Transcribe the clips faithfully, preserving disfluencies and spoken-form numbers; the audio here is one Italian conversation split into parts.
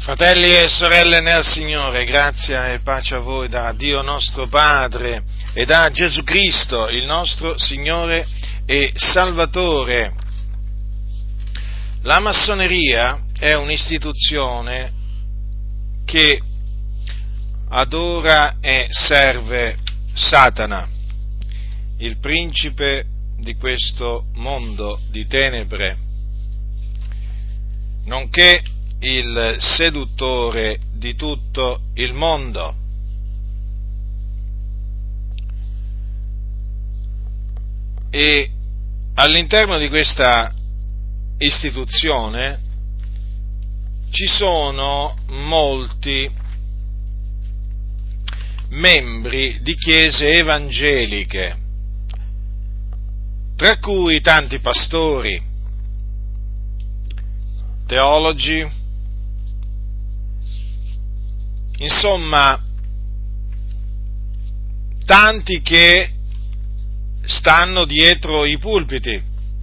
Fratelli e sorelle nel Signore, grazia e pace a voi da Dio nostro Padre e da Gesù Cristo, il nostro Signore e Salvatore. La massoneria è un'istituzione che adora e serve Satana, il principe di questo mondo di tenebre, nonché il seduttore di tutto il mondo. E all'interno di questa istituzione ci sono molti membri di chiese evangeliche, tra cui tanti pastori, teologi, insomma, tanti che stanno dietro i pulpiti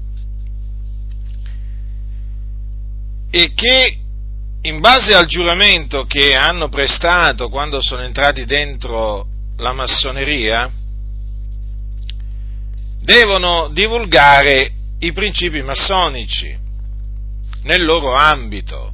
e che, in base al giuramento che hanno prestato quando sono entrati dentro la massoneria, devono divulgare i principi massonici nel loro ambito.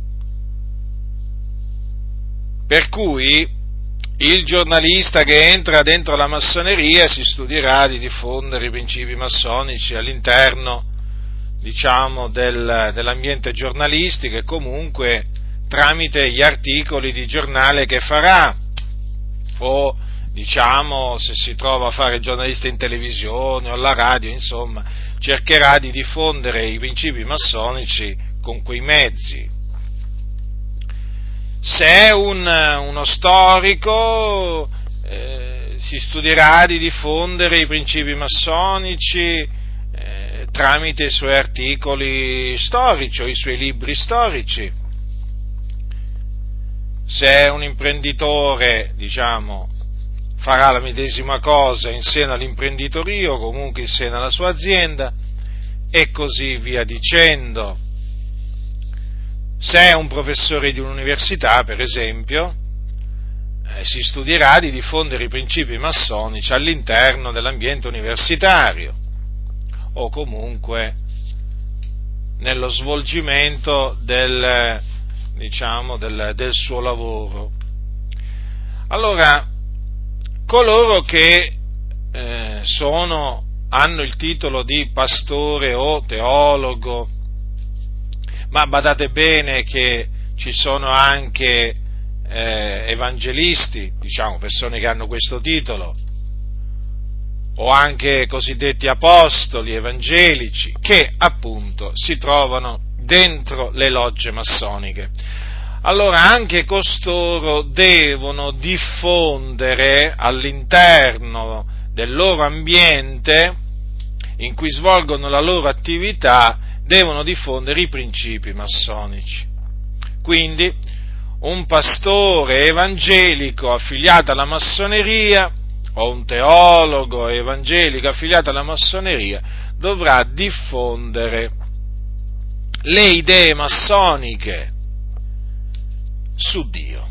Per cui il giornalista che entra dentro la massoneria si studierà di diffondere i principi massonici all'interno, diciamo, del, dell'ambiente giornalistico e comunque tramite gli articoli di giornale che farà, o diciamo se si trova a fare giornalista in televisione o alla radio, insomma, cercherà di diffondere i principi massonici con quei mezzi. Se è un, uno storico, eh, si studierà di diffondere i principi massonici eh, tramite i suoi articoli storici o i suoi libri storici. Se è un imprenditore, diciamo, farà la medesima cosa in seno all'imprenditorio o comunque in seno alla sua azienda e così via dicendo. Se è un professore di un'università, per esempio, eh, si studierà di diffondere i principi massonici all'interno dell'ambiente universitario o comunque nello svolgimento del, diciamo, del, del suo lavoro. Allora, coloro che eh, sono, hanno il titolo di pastore o teologo, ma badate bene che ci sono anche eh, evangelisti, diciamo, persone che hanno questo titolo, o anche cosiddetti apostoli evangelici, che appunto si trovano dentro le logge massoniche. Allora anche costoro devono diffondere all'interno del loro ambiente in cui svolgono la loro attività, devono diffondere i principi massonici. Quindi un pastore evangelico affiliato alla massoneria o un teologo evangelico affiliato alla massoneria dovrà diffondere le idee massoniche su Dio.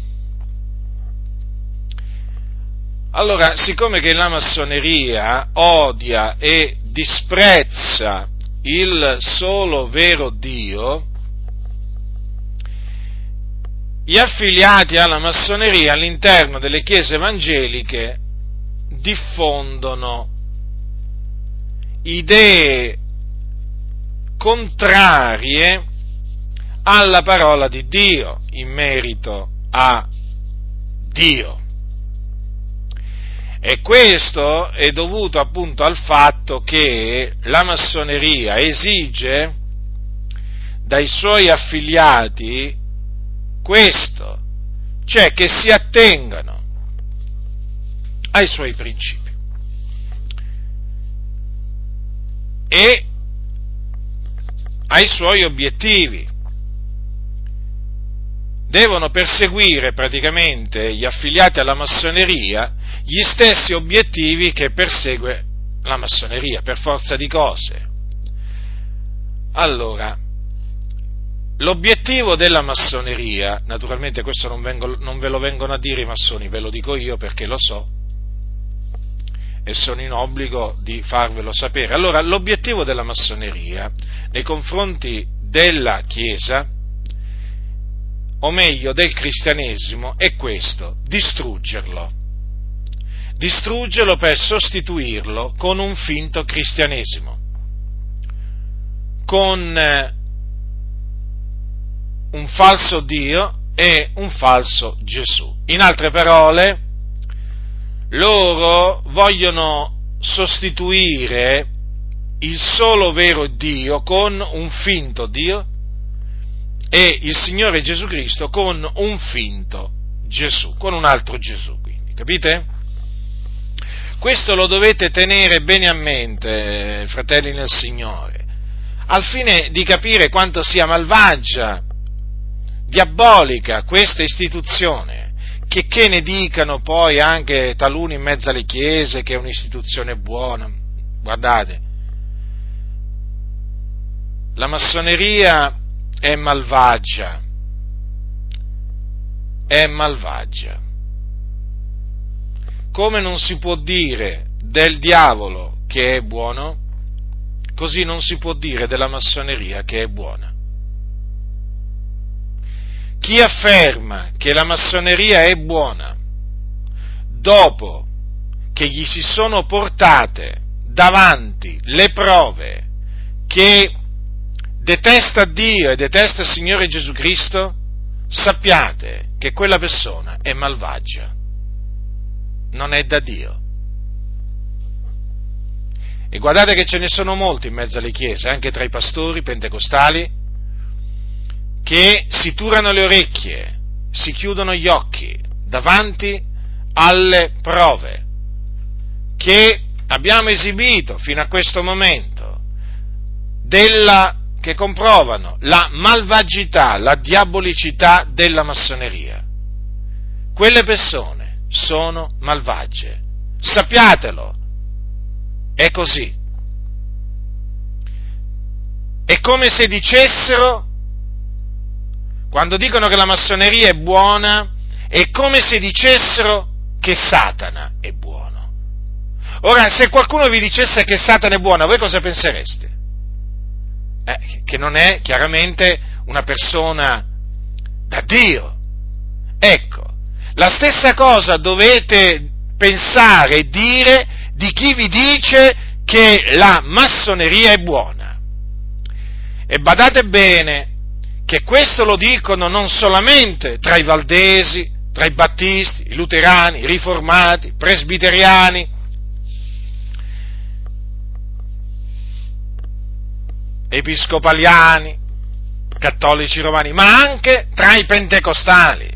Allora, siccome che la massoneria odia e disprezza il solo vero Dio, gli affiliati alla massoneria all'interno delle chiese evangeliche diffondono idee contrarie alla parola di Dio in merito a Dio. E questo è dovuto appunto al fatto che la massoneria esige dai suoi affiliati questo, cioè che si attengano ai suoi principi e ai suoi obiettivi. Devono perseguire praticamente gli affiliati alla massoneria gli stessi obiettivi che persegue la massoneria, per forza di cose. Allora, l'obiettivo della massoneria, naturalmente questo non, vengo, non ve lo vengono a dire i massoni, ve lo dico io perché lo so e sono in obbligo di farvelo sapere. Allora, l'obiettivo della massoneria nei confronti della Chiesa, o meglio del cristianesimo, è questo: distruggerlo. Distruggerlo per sostituirlo con un finto cristianesimo, con eh, un falso Dio e un falso Gesù. In altre parole, loro vogliono sostituire il solo vero Dio con un finto Dio e il Signore Gesù Cristo con un finto Gesù, con un altro Gesù, quindi, capite? Questo lo dovete tenere bene a mente, fratelli nel Signore, al fine di capire quanto sia malvagia, diabolica questa istituzione, che, che ne dicano poi anche taluni in mezzo alle chiese che è un'istituzione buona. Guardate, la massoneria è malvagia, è malvagia. Come non si può dire del diavolo che è buono, così non si può dire della massoneria che è buona. Chi afferma che la massoneria è buona, dopo che gli si sono portate davanti le prove che detesta Dio e detesta il Signore Gesù Cristo, sappiate che quella persona è malvagia, non è da Dio. E guardate che ce ne sono molti in mezzo alle chiese, anche tra i pastori pentecostali, che si turano le orecchie, si chiudono gli occhi davanti alle prove che abbiamo esibito fino a questo momento, della, che comprovano la malvagità, la diabolicità della massoneria. Quelle persone sono malvagie, sappiatelo, è così. È come se dicessero, quando dicono che la massoneria è buona, è come se dicessero che Satana è buono. Ora, se qualcuno vi dicesse che Satana è buono, voi cosa pensereste? Eh, che non è chiaramente una persona da Dio. Ecco, la stessa cosa dovete pensare e dire di chi vi dice che la massoneria è buona. E badate bene che questo lo dicono non solamente tra i valdesi, tra i battisti, i luterani, i riformati, i presbiteriani, episcopaliani, cattolici romani, ma anche tra i pentecostali.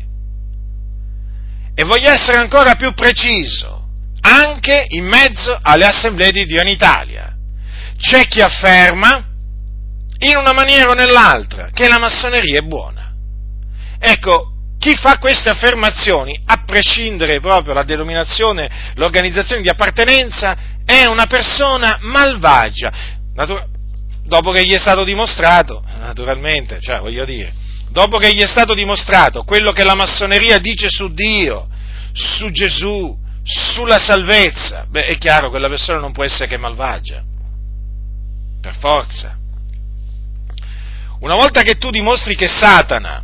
E voglio essere ancora più preciso, anche in mezzo alle assemblee di Dio in Italia. C'è chi afferma, in una maniera o nell'altra, che la massoneria è buona. Ecco, chi fa queste affermazioni, a prescindere proprio dalla denominazione, l'organizzazione di appartenenza, è una persona malvagia. Natur- dopo che gli è stato dimostrato, naturalmente, cioè voglio dire, dopo che gli è stato dimostrato quello che la massoneria dice su Dio, su Gesù, sulla salvezza, beh, è chiaro, quella persona non può essere che malvagia, per forza. Una volta che tu dimostri che Satana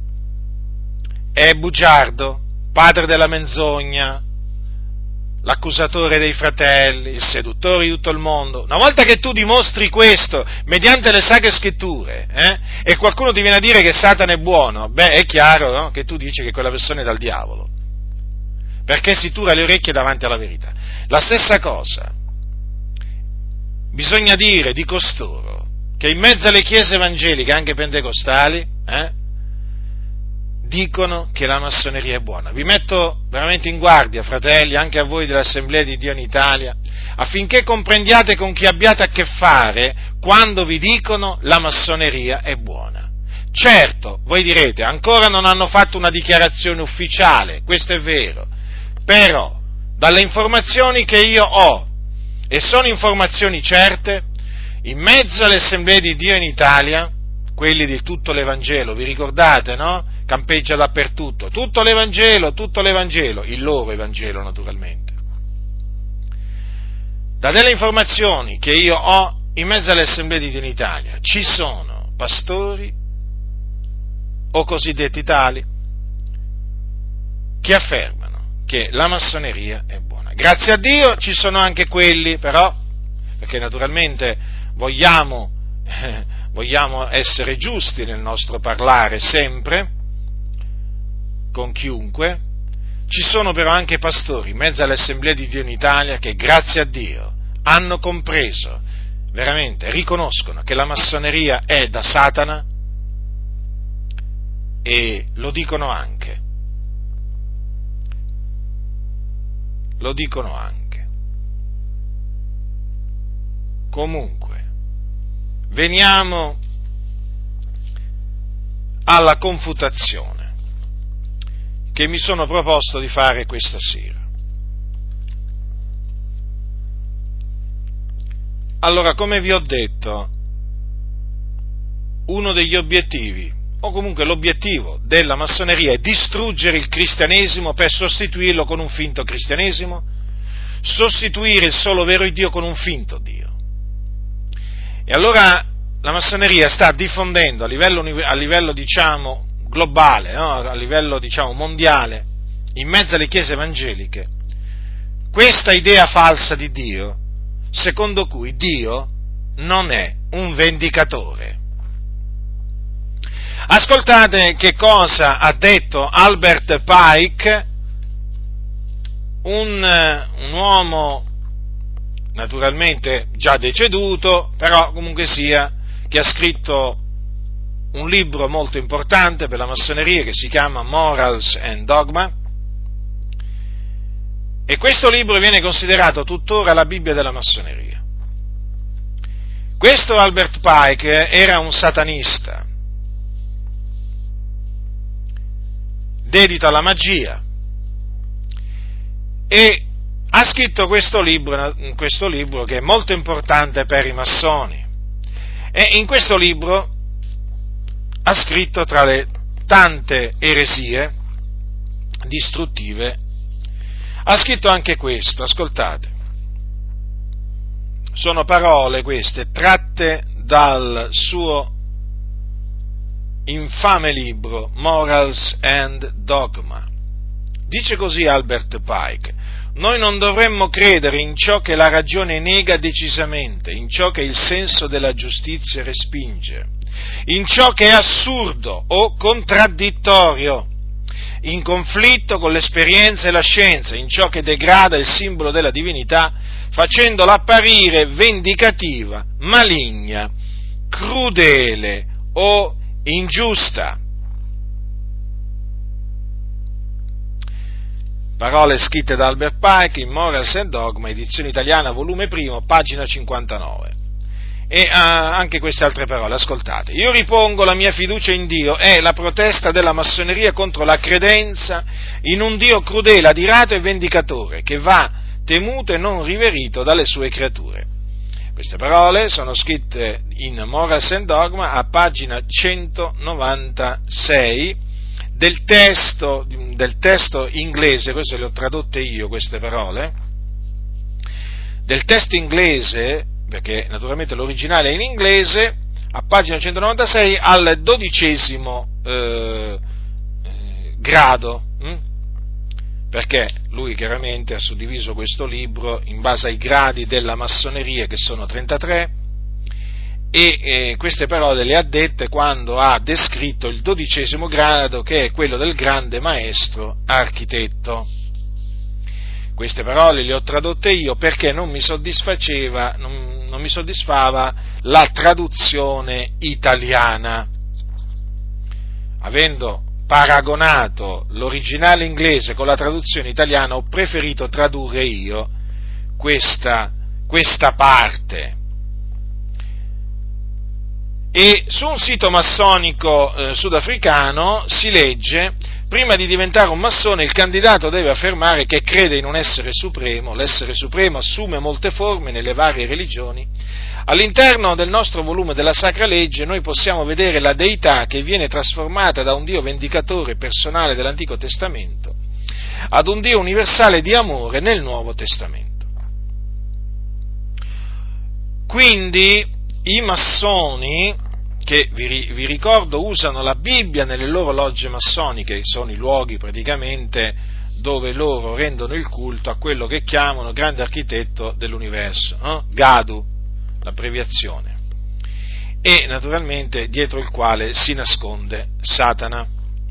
è bugiardo, padre della menzogna, l'accusatore dei fratelli, il seduttore di tutto il mondo, una volta che tu dimostri questo mediante le sacre scritture, eh, e qualcuno ti viene a dire che Satana è buono, beh, è chiaro, no? Che tu dici che quella persona è dal diavolo, perché si tura le orecchie davanti alla verità. La stessa cosa bisogna dire di costoro che in mezzo alle chiese evangeliche, anche pentecostali, eh, dicono che la massoneria è buona. Vi metto veramente in guardia, fratelli, anche a voi dell'Assemblea di Dio in Italia, affinché comprendiate con chi abbiate a che fare quando vi dicono la massoneria è buona. Certo, voi direte, ancora non hanno fatto una dichiarazione ufficiale, questo è vero, però dalle informazioni che io ho, e sono informazioni certe, in mezzo alle assemblee di Dio in Italia quelli di tutto l'Evangelo, vi ricordate, no? Campeggia dappertutto, tutto l'Evangelo, tutto l'Evangelo, il loro Evangelo naturalmente. Da delle informazioni che io ho, in mezzo alle assemblee di Dio in Italia ci sono pastori o cosiddetti tali che affermano che la massoneria è buona. Grazie a Dio ci sono anche quelli, però, perché naturalmente vogliamo, eh, vogliamo essere giusti nel nostro parlare sempre, con chiunque, ci sono però anche pastori in mezzo alle assemblee di Dio in Italia che, grazie a Dio, hanno compreso, veramente, riconoscono che la massoneria è da Satana e lo dicono anche. Lo dicono anche. Comunque, veniamo alla confutazione che mi sono proposto di fare questa sera. Allora, come vi ho detto, uno degli obiettivi, o comunque l'obiettivo della massoneria è distruggere il cristianesimo per sostituirlo con un finto cristianesimo, sostituire il solo vero Dio con un finto Dio. E allora la massoneria sta diffondendo a livello, a livello diciamo, globale, no? A livello diciamo mondiale, in mezzo alle chiese evangeliche, questa idea falsa di Dio, secondo cui Dio non è un vendicatore. Ascoltate che cosa ha detto Albert Pike, un, un uomo naturalmente già deceduto, però comunque sia, che ha scritto un libro molto importante per la massoneria che si chiama Morals and Dogma, e questo libro viene considerato tuttora la Bibbia della massoneria. Questo Albert Pike era un satanista, dedito alla magia, e ha scritto questo libro, questo libro che è molto importante per i massoni, e in questo libro ha scritto, tra le tante eresie distruttive, ha scritto anche questo, ascoltate, sono parole queste tratte dal suo infame libro Morals and Dogma. Dice così Albert Pike: noi non dovremmo credere in ciò che la ragione nega decisamente, in ciò che il senso della giustizia respinge, in ciò che è assurdo o contraddittorio, in conflitto con l'esperienza e la scienza, in ciò che degrada il simbolo della divinità, facendola apparire vendicativa, maligna, crudele o ingiusta. Parole scritte da Albert Pike in Morals and Dogma, edizione italiana, volume primo, pagina cinquantanove. E uh, anche queste altre parole, ascoltate. Io ripongo la mia fiducia in Dio, è la protesta della massoneria contro la credenza in un Dio crudele, adirato e vendicatore, che va temuto e non riverito dalle sue creature. Queste parole sono scritte in Morals and Dogma a pagina centonovantasei del testo, del testo inglese, queste le ho tradotte io queste parole, del testo inglese, perché naturalmente l'originale è in inglese, a pagina centonovantasei al dodicesimo eh, eh, grado, hm? Perché lui chiaramente ha suddiviso questo libro in base ai gradi della massoneria, che sono trentatré, e eh, queste parole le ha dette quando ha descritto il dodicesimo grado, che è quello del grande maestro architetto. Queste parole le ho tradotte io perché non mi soddisfaceva, non, non mi soddisfava la traduzione italiana. Avendo paragonato l'originale inglese con la traduzione italiana, ho preferito tradurre io questa, questa parte. E su un sito massonico eh, sudafricano si legge: prima di diventare un massone il candidato deve affermare che crede in un essere supremo, l'essere supremo assume molte forme nelle varie religioni. All'interno del nostro volume della Sacra Legge noi possiamo vedere la deità che viene trasformata da un Dio vendicatore personale dell'Antico Testamento ad un Dio universale di amore nel Nuovo Testamento. Quindi i massoni, che vi, vi ricordo usano la Bibbia nelle loro logge massoniche, che sono i luoghi praticamente dove loro rendono il culto a quello che chiamano grande architetto dell'universo, no? Gadu, l'abbreviazione, e naturalmente dietro il quale si nasconde Satana.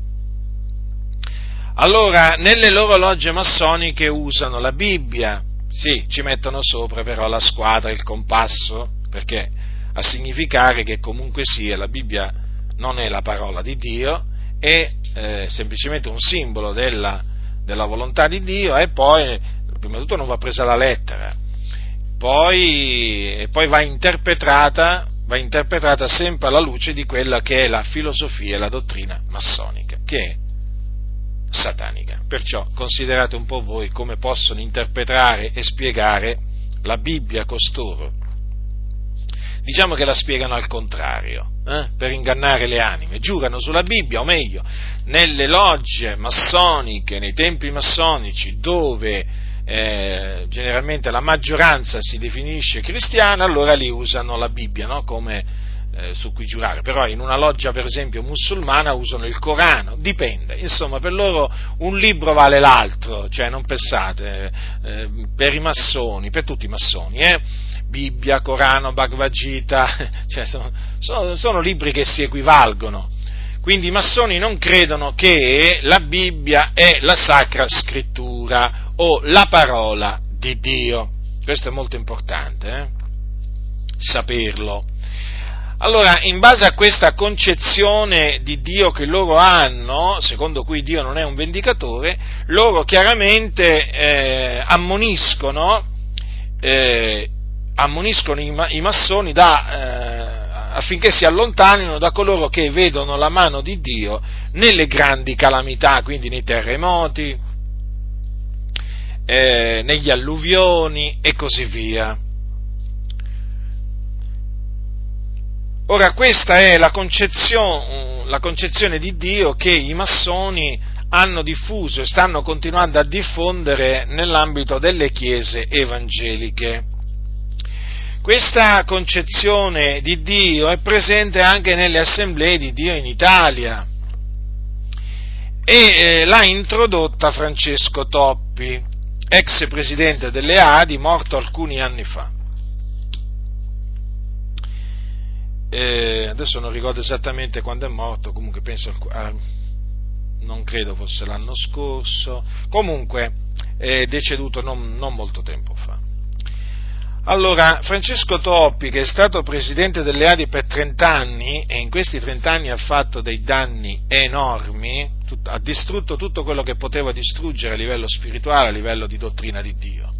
Allora, nelle loro logge massoniche usano la Bibbia, sì, ci mettono sopra però la squadra, il compasso, perché a significare che comunque sia la Bibbia non è la parola di Dio, è eh, semplicemente un simbolo della, della volontà di Dio, e poi, prima di tutto, non va presa alla lettera, poi, e poi va interpretata, va interpretata sempre alla luce di quella che è la filosofia e la dottrina massonica, che è satanica. Perciò considerate un po' voi come possono interpretare e spiegare la Bibbia costoro. Diciamo che la spiegano al contrario, eh, per ingannare le anime. Giurano sulla Bibbia, o meglio, nelle logge massoniche, nei templi massonici, dove eh, generalmente la maggioranza si definisce cristiana, allora lì usano la Bibbia, no? Come eh, su cui giurare. Però in una loggia, per esempio, musulmana usano il Corano, dipende. Insomma, per loro un libro vale l'altro, cioè non pensate, eh, per i massoni, per tutti i massoni, eh, Bibbia, Corano, Bhagavad Gita, cioè sono, sono, sono libri che si equivalgono. Quindi i massoni non credono che la Bibbia è la Sacra Scrittura o la parola di Dio. Questo è molto importante, eh? Saperlo. Allora, in base a questa concezione di Dio che loro hanno, secondo cui Dio non è un vendicatore, loro chiaramente eh, ammoniscono eh, ammoniscono i, i massoni da, eh, affinché si allontanino da coloro che vedono la mano di Dio nelle grandi calamità, quindi nei terremoti, eh, negli alluvioni e così via. Ora, questa è la concezione, la concezione di Dio che i massoni hanno diffuso e stanno continuando a diffondere nell'ambito delle chiese evangeliche. Questa concezione di Dio è presente anche nelle assemblee di Dio in Italia e eh, l'ha introdotta Francesco Toppi, ex presidente delle A D I, morto alcuni anni fa. Eh, adesso non ricordo esattamente quando è morto, comunque penso, a, non credo fosse l'anno scorso, comunque è deceduto non, non molto tempo fa. Allora, Francesco Toppi, che è stato presidente delle A D I per trent'anni, e in questi trent'anni ha fatto dei danni enormi, tut, ha distrutto tutto quello che poteva distruggere a livello spirituale, a livello di dottrina di Dio.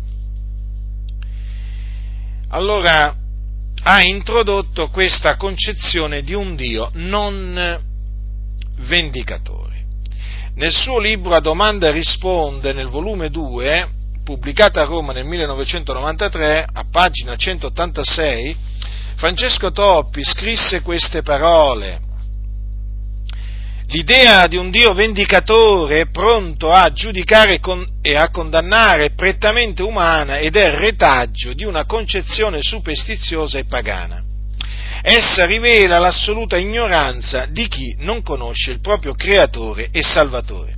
Allora, ha introdotto questa concezione di un Dio non vendicatore. Nel suo libro A domanda e risponde, nel volume due, pubblicata a Roma nel millenovecentonovantatré, a pagina centottantasei, Francesco Toppi scrisse queste parole: l'idea di un Dio vendicatore pronto a giudicare e a condannare è prettamente umana ed è il retaggio di una concezione superstiziosa e pagana. Essa rivela l'assoluta ignoranza di chi non conosce il proprio Creatore e Salvatore.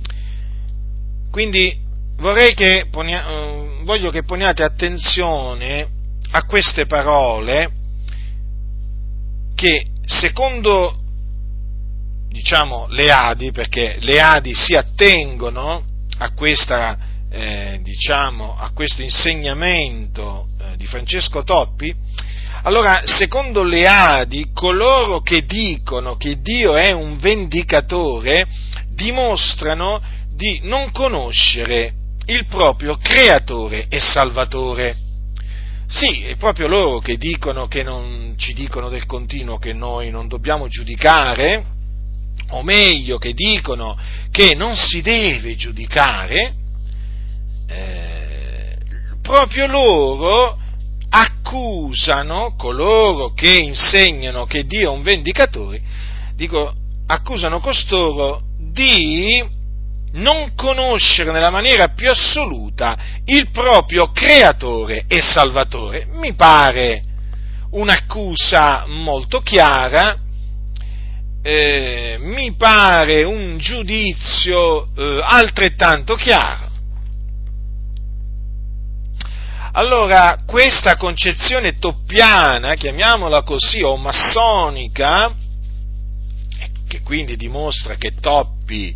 Quindi vorrei che ponia, eh, voglio che poniate attenzione a queste parole che, secondo diciamo le A D I, perché le A D I si attengono a questa eh, diciamo a questo insegnamento eh, di Francesco Toppi. Allora, secondo le A D I, coloro che dicono che Dio è un vendicatore dimostrano di non conoscere il proprio Creatore e Salvatore. Sì, è proprio loro che dicono, che non ci dicono del continuo che noi non dobbiamo giudicare o meglio, che dicono che non si deve giudicare, eh, proprio loro accusano coloro che insegnano che Dio è un vendicatore, dico, accusano costoro di non conoscere nella maniera più assoluta il proprio creatore e salvatore. Mi pare un'accusa molto chiara, eh, mi pare un giudizio eh, altrettanto chiaro. Allora, questa concezione toppiana, chiamiamola così, o massonica, che quindi dimostra che Toppi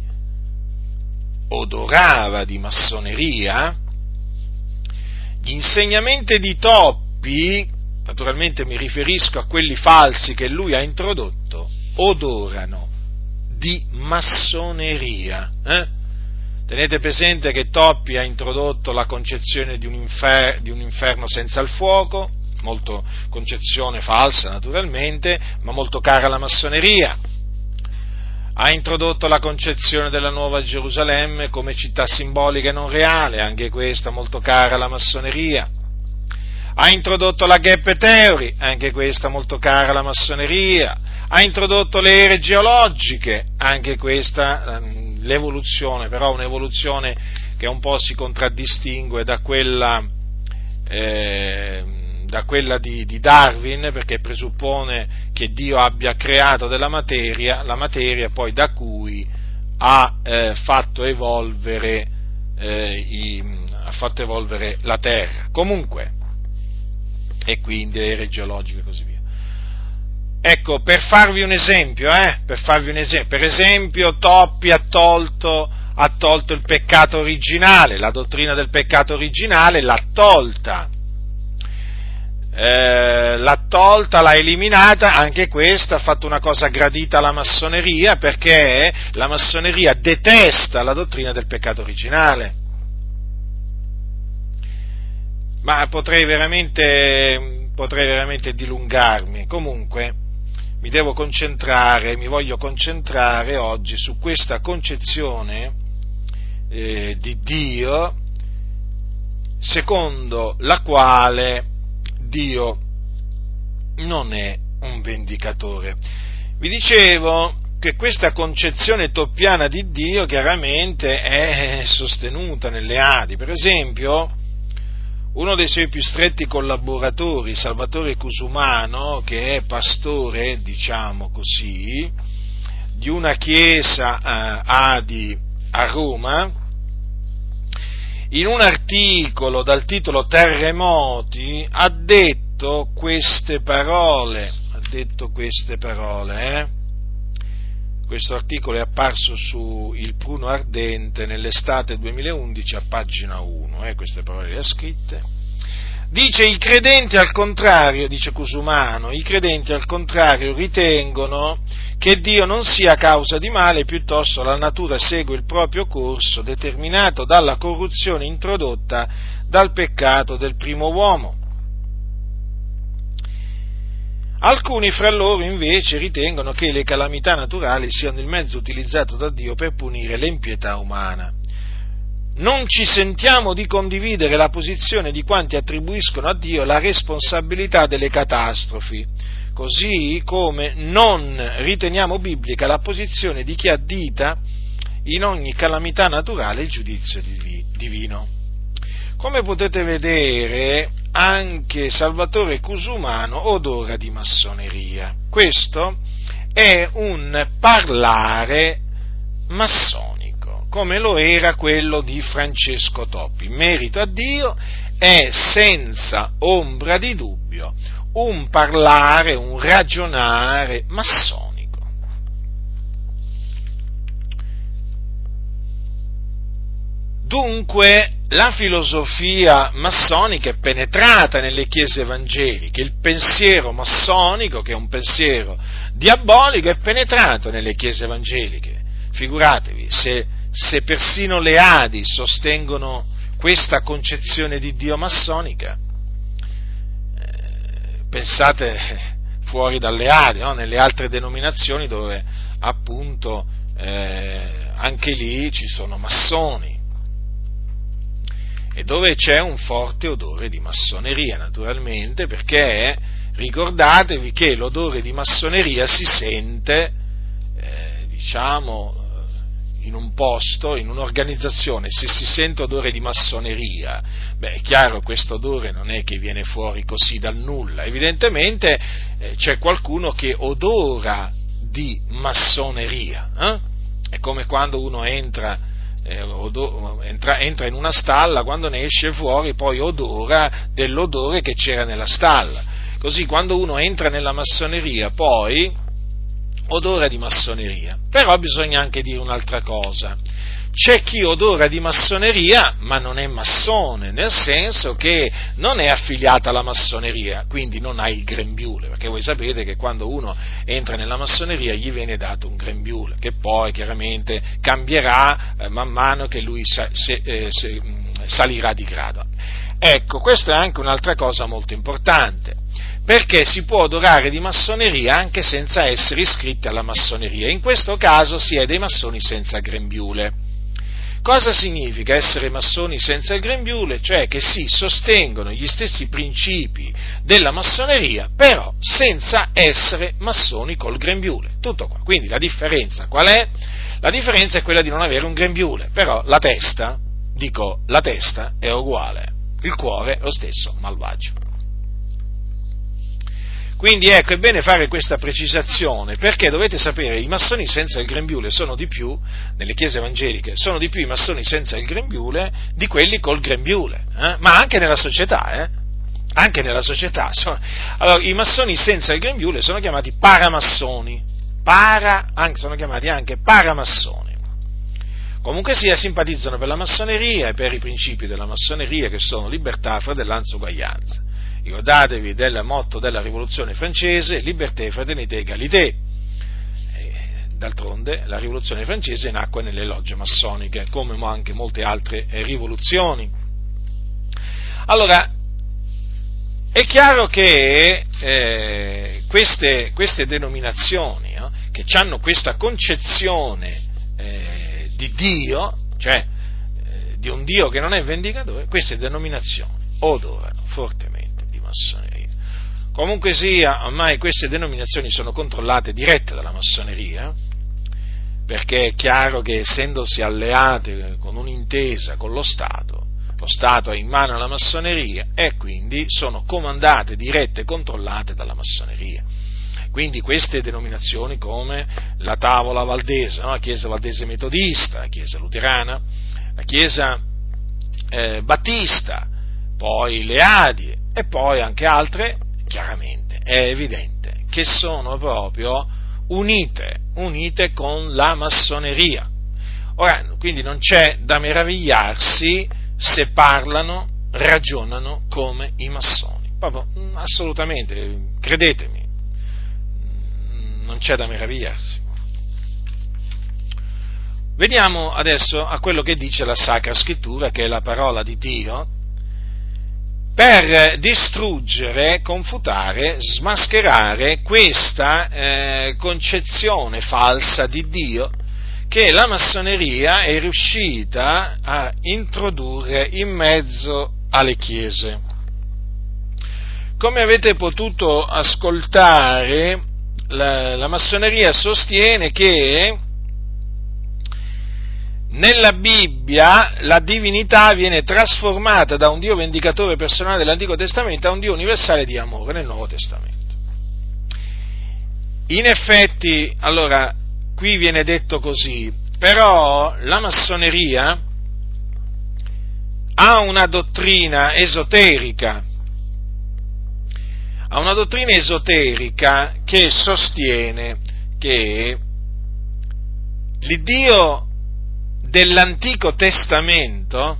odorava di massoneria, gli insegnamenti di Toppi, naturalmente mi riferisco a quelli falsi che lui ha introdotto, odorano di massoneria. Eh? Tenete presente che Toppi ha introdotto la concezione di un, infer- di un inferno senza il fuoco, molto concezione falsa naturalmente, ma molto cara alla massoneria. Ha introdotto la concezione della Nuova Gerusalemme come città simbolica e non reale, anche questa molto cara alla massoneria. Ha introdotto la Gap Theory, anche questa molto cara alla massoneria. Ha introdotto le ere geologiche, anche questa, l'evoluzione, però un'evoluzione che un po' si contraddistingue da quella, eh, da quella di, di Darwin, perché presuppone che Dio abbia creato della materia, la materia poi da cui ha eh, fatto evolvere, eh, i, ha fatto evolvere la Terra. Comunque, e quindi le ere geologiche e così via. Ecco, per farvi un esempio, eh, per farvi un esempio, per esempio Toppi ha tolto, ha tolto il peccato originale, la dottrina del peccato originale l'ha tolta, eh, l'ha tolta, l'ha eliminata, anche questa ha fatto una cosa gradita alla massoneria, perché la massoneria detesta la dottrina del peccato originale. Ma potrei veramente, potrei veramente dilungarmi, comunque mi devo concentrare, mi voglio concentrare oggi su questa concezione eh, di Dio, secondo la quale Dio non è un vendicatore. Vi dicevo che questa concezione toppiana di Dio chiaramente è sostenuta nelle Adi. Per esempio, uno dei suoi più stretti collaboratori, Salvatore Cusumano, che è pastore, diciamo così, di una chiesa eh, Adi a Roma, in un articolo dal titolo Terremoti ha detto queste parole, ha detto queste parole, eh? Questo articolo è apparso su Il Pruno Ardente nell'estate duemilaundici a pagina uno, eh, queste parole le ha scritte. Dice: i credenti al contrario, dice Cusumano, i credenti al contrario ritengono che Dio non sia causa di male, piuttosto la natura segue il proprio corso determinato dalla corruzione introdotta dal peccato del primo uomo. Alcuni fra loro invece ritengono che le calamità naturali siano il mezzo utilizzato da Dio per punire l'impietà umana. Non ci sentiamo di condividere la posizione di quanti attribuiscono a Dio la responsabilità delle catastrofi, così come non riteniamo biblica la posizione di chi addita in ogni calamità naturale il giudizio divino. Come potete vedere, anche Salvatore Cusumano odora di massoneria. Questo è un parlare massonico, come lo era quello di Francesco Toppi. In merito a Dio è senza ombra di dubbio un parlare, un ragionare massonico. Dunque, la filosofia massonica è penetrata nelle chiese evangeliche, il pensiero massonico, che è un pensiero diabolico, è penetrato nelle chiese evangeliche. Figuratevi, se, se persino le Adi sostengono questa concezione di Dio massonica, eh, pensate fuori dalle Adi, no? Nelle altre denominazioni dove appunto eh, anche lì ci sono massoni, e dove c'è un forte odore di massoneria, naturalmente, perché ricordatevi che l'odore di massoneria si sente, eh, diciamo, in un posto, in un'organizzazione. Se si sente odore di massoneria, beh, è chiaro, questo odore non è che viene fuori così dal nulla, evidentemente eh, c'è qualcuno che odora di massoneria, eh? È come quando uno entra, eh, odo, entra, entra in una stalla, quando ne esce fuori poi odora dell'odore che c'era nella stalla. Così quando uno entra nella massoneria poi odora di massoneria. Però bisogna anche dire un'altra cosa: c'è chi odora di massoneria ma non è massone, nel senso che non è affiliato alla massoneria, quindi non ha il grembiule, perché voi sapete che quando uno entra nella massoneria gli viene dato un grembiule, che poi chiaramente cambierà eh, man mano che lui sa, se, eh, se, salirà di grado. Ecco, questa è anche un'altra cosa molto importante, perché si può odorare di massoneria anche senza essere iscritti alla massoneria. In questo caso si è dei massoni senza grembiule. Cosa significa essere massoni senza il grembiule? Cioè che si sostengono gli stessi principi della massoneria, però senza essere massoni col grembiule. Tutto qua. Quindi la differenza qual è? La differenza è quella di non avere un grembiule, però la testa, dico, la testa è uguale, il cuore è lo stesso malvagio. Quindi ecco, è bene fare questa precisazione, perché dovete sapere, i massoni senza il grembiule sono di più, nelle chiese evangeliche, sono di più i massoni senza il grembiule di quelli col grembiule, eh? Ma anche nella società, eh? Anche nella società. Sono... Allora, i massoni senza il grembiule sono chiamati paramassoni, para, anche, sono chiamati anche paramassoni. Comunque sia, simpatizzano per la massoneria e per i principi della massoneria, che sono libertà, fratellanza, uguaglianza. Ricordatevi del motto della rivoluzione francese: liberté, fraternité, égalité. E, d'altronde la rivoluzione francese nacque nelle logge massoniche, come anche molte altre rivoluzioni. Allora, è chiaro che eh, queste, queste denominazioni, no, che hanno questa concezione eh, di Dio, cioè eh, di un Dio che non è vendicatore, queste denominazioni odorano fortemente massoneria. Comunque sia, ormai queste denominazioni sono controllate e dirette dalla massoneria, perché è chiaro che essendosi alleate con un'intesa con lo Stato, lo Stato è in mano alla massoneria e quindi sono comandate, dirette e controllate dalla massoneria. Quindi queste denominazioni come la Tavola Valdese, no? La Chiesa Valdese Metodista, la Chiesa Luterana, la Chiesa eh, Battista, poi le Adie e poi anche altre, chiaramente è evidente che sono proprio unite, unite con la massoneria. Ora, quindi non c'è da meravigliarsi se parlano, ragionano come i massoni, proprio assolutamente, credetemi, non c'è da meravigliarsi. Veniamo adesso a quello che dice la Sacra Scrittura, che è la parola di Dio, per distruggere, confutare, smascherare questa eh, concezione falsa di Dio che la massoneria è riuscita a introdurre in mezzo alle chiese. Come avete potuto ascoltare, la, la massoneria sostiene che nella Bibbia la divinità viene trasformata da un Dio vendicatore personale dell'Antico Testamento a un Dio universale di amore nel Nuovo Testamento. In effetti, allora, qui viene detto così, però la massoneria ha una dottrina esoterica, ha una dottrina esoterica che sostiene che l'Iddio dell'Antico Testamento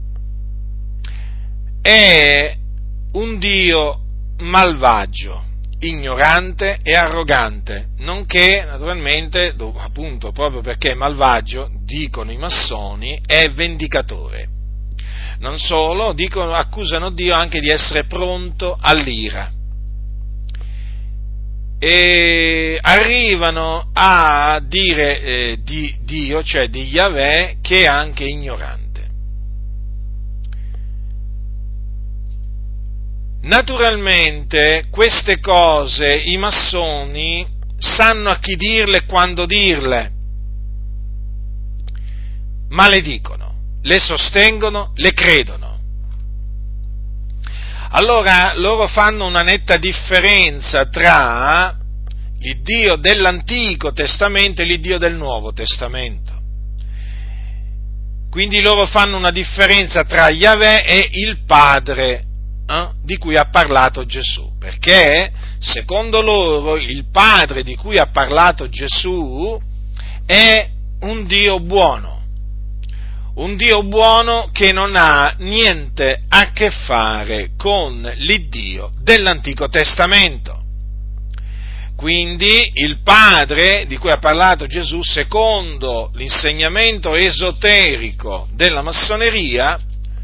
è un Dio malvagio, ignorante e arrogante, nonché, naturalmente, appunto, proprio perché è malvagio, dicono i massoni, è vendicatore. Non solo, dicono, accusano Dio anche di essere pronto all'ira. e arrivano a dire eh, di Dio, cioè di Yahweh, che è anche ignorante. Naturalmente queste cose i massoni sanno a chi dirle e quando dirle, ma le dicono, le sostengono, le credono. Allora loro fanno una netta differenza tra l'Iddio dell'Antico Testamento e l'Iddio del Nuovo Testamento. Quindi loro fanno una differenza tra Yahweh e il Padre eh, di cui ha parlato Gesù, perché secondo loro il Padre di cui ha parlato Gesù è un Dio buono. Un Dio buono che non ha niente a che fare con l'Iddio dell'Antico Testamento. Quindi il Padre di cui ha parlato Gesù, secondo l'insegnamento esoterico della massoneria,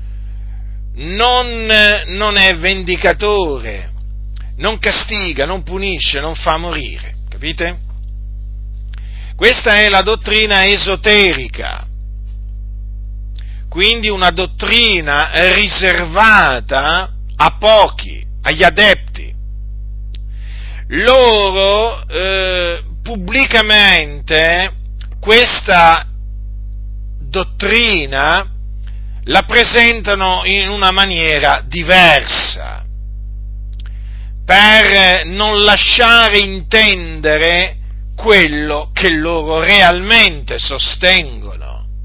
non, non è vendicatore, non castiga, non punisce, non fa morire, capite? Questa è la dottrina esoterica. Quindi una dottrina riservata a pochi, agli adepti. Loro eh, pubblicamente questa dottrina la presentano in una maniera diversa, per non lasciare intendere quello che loro realmente sostengono.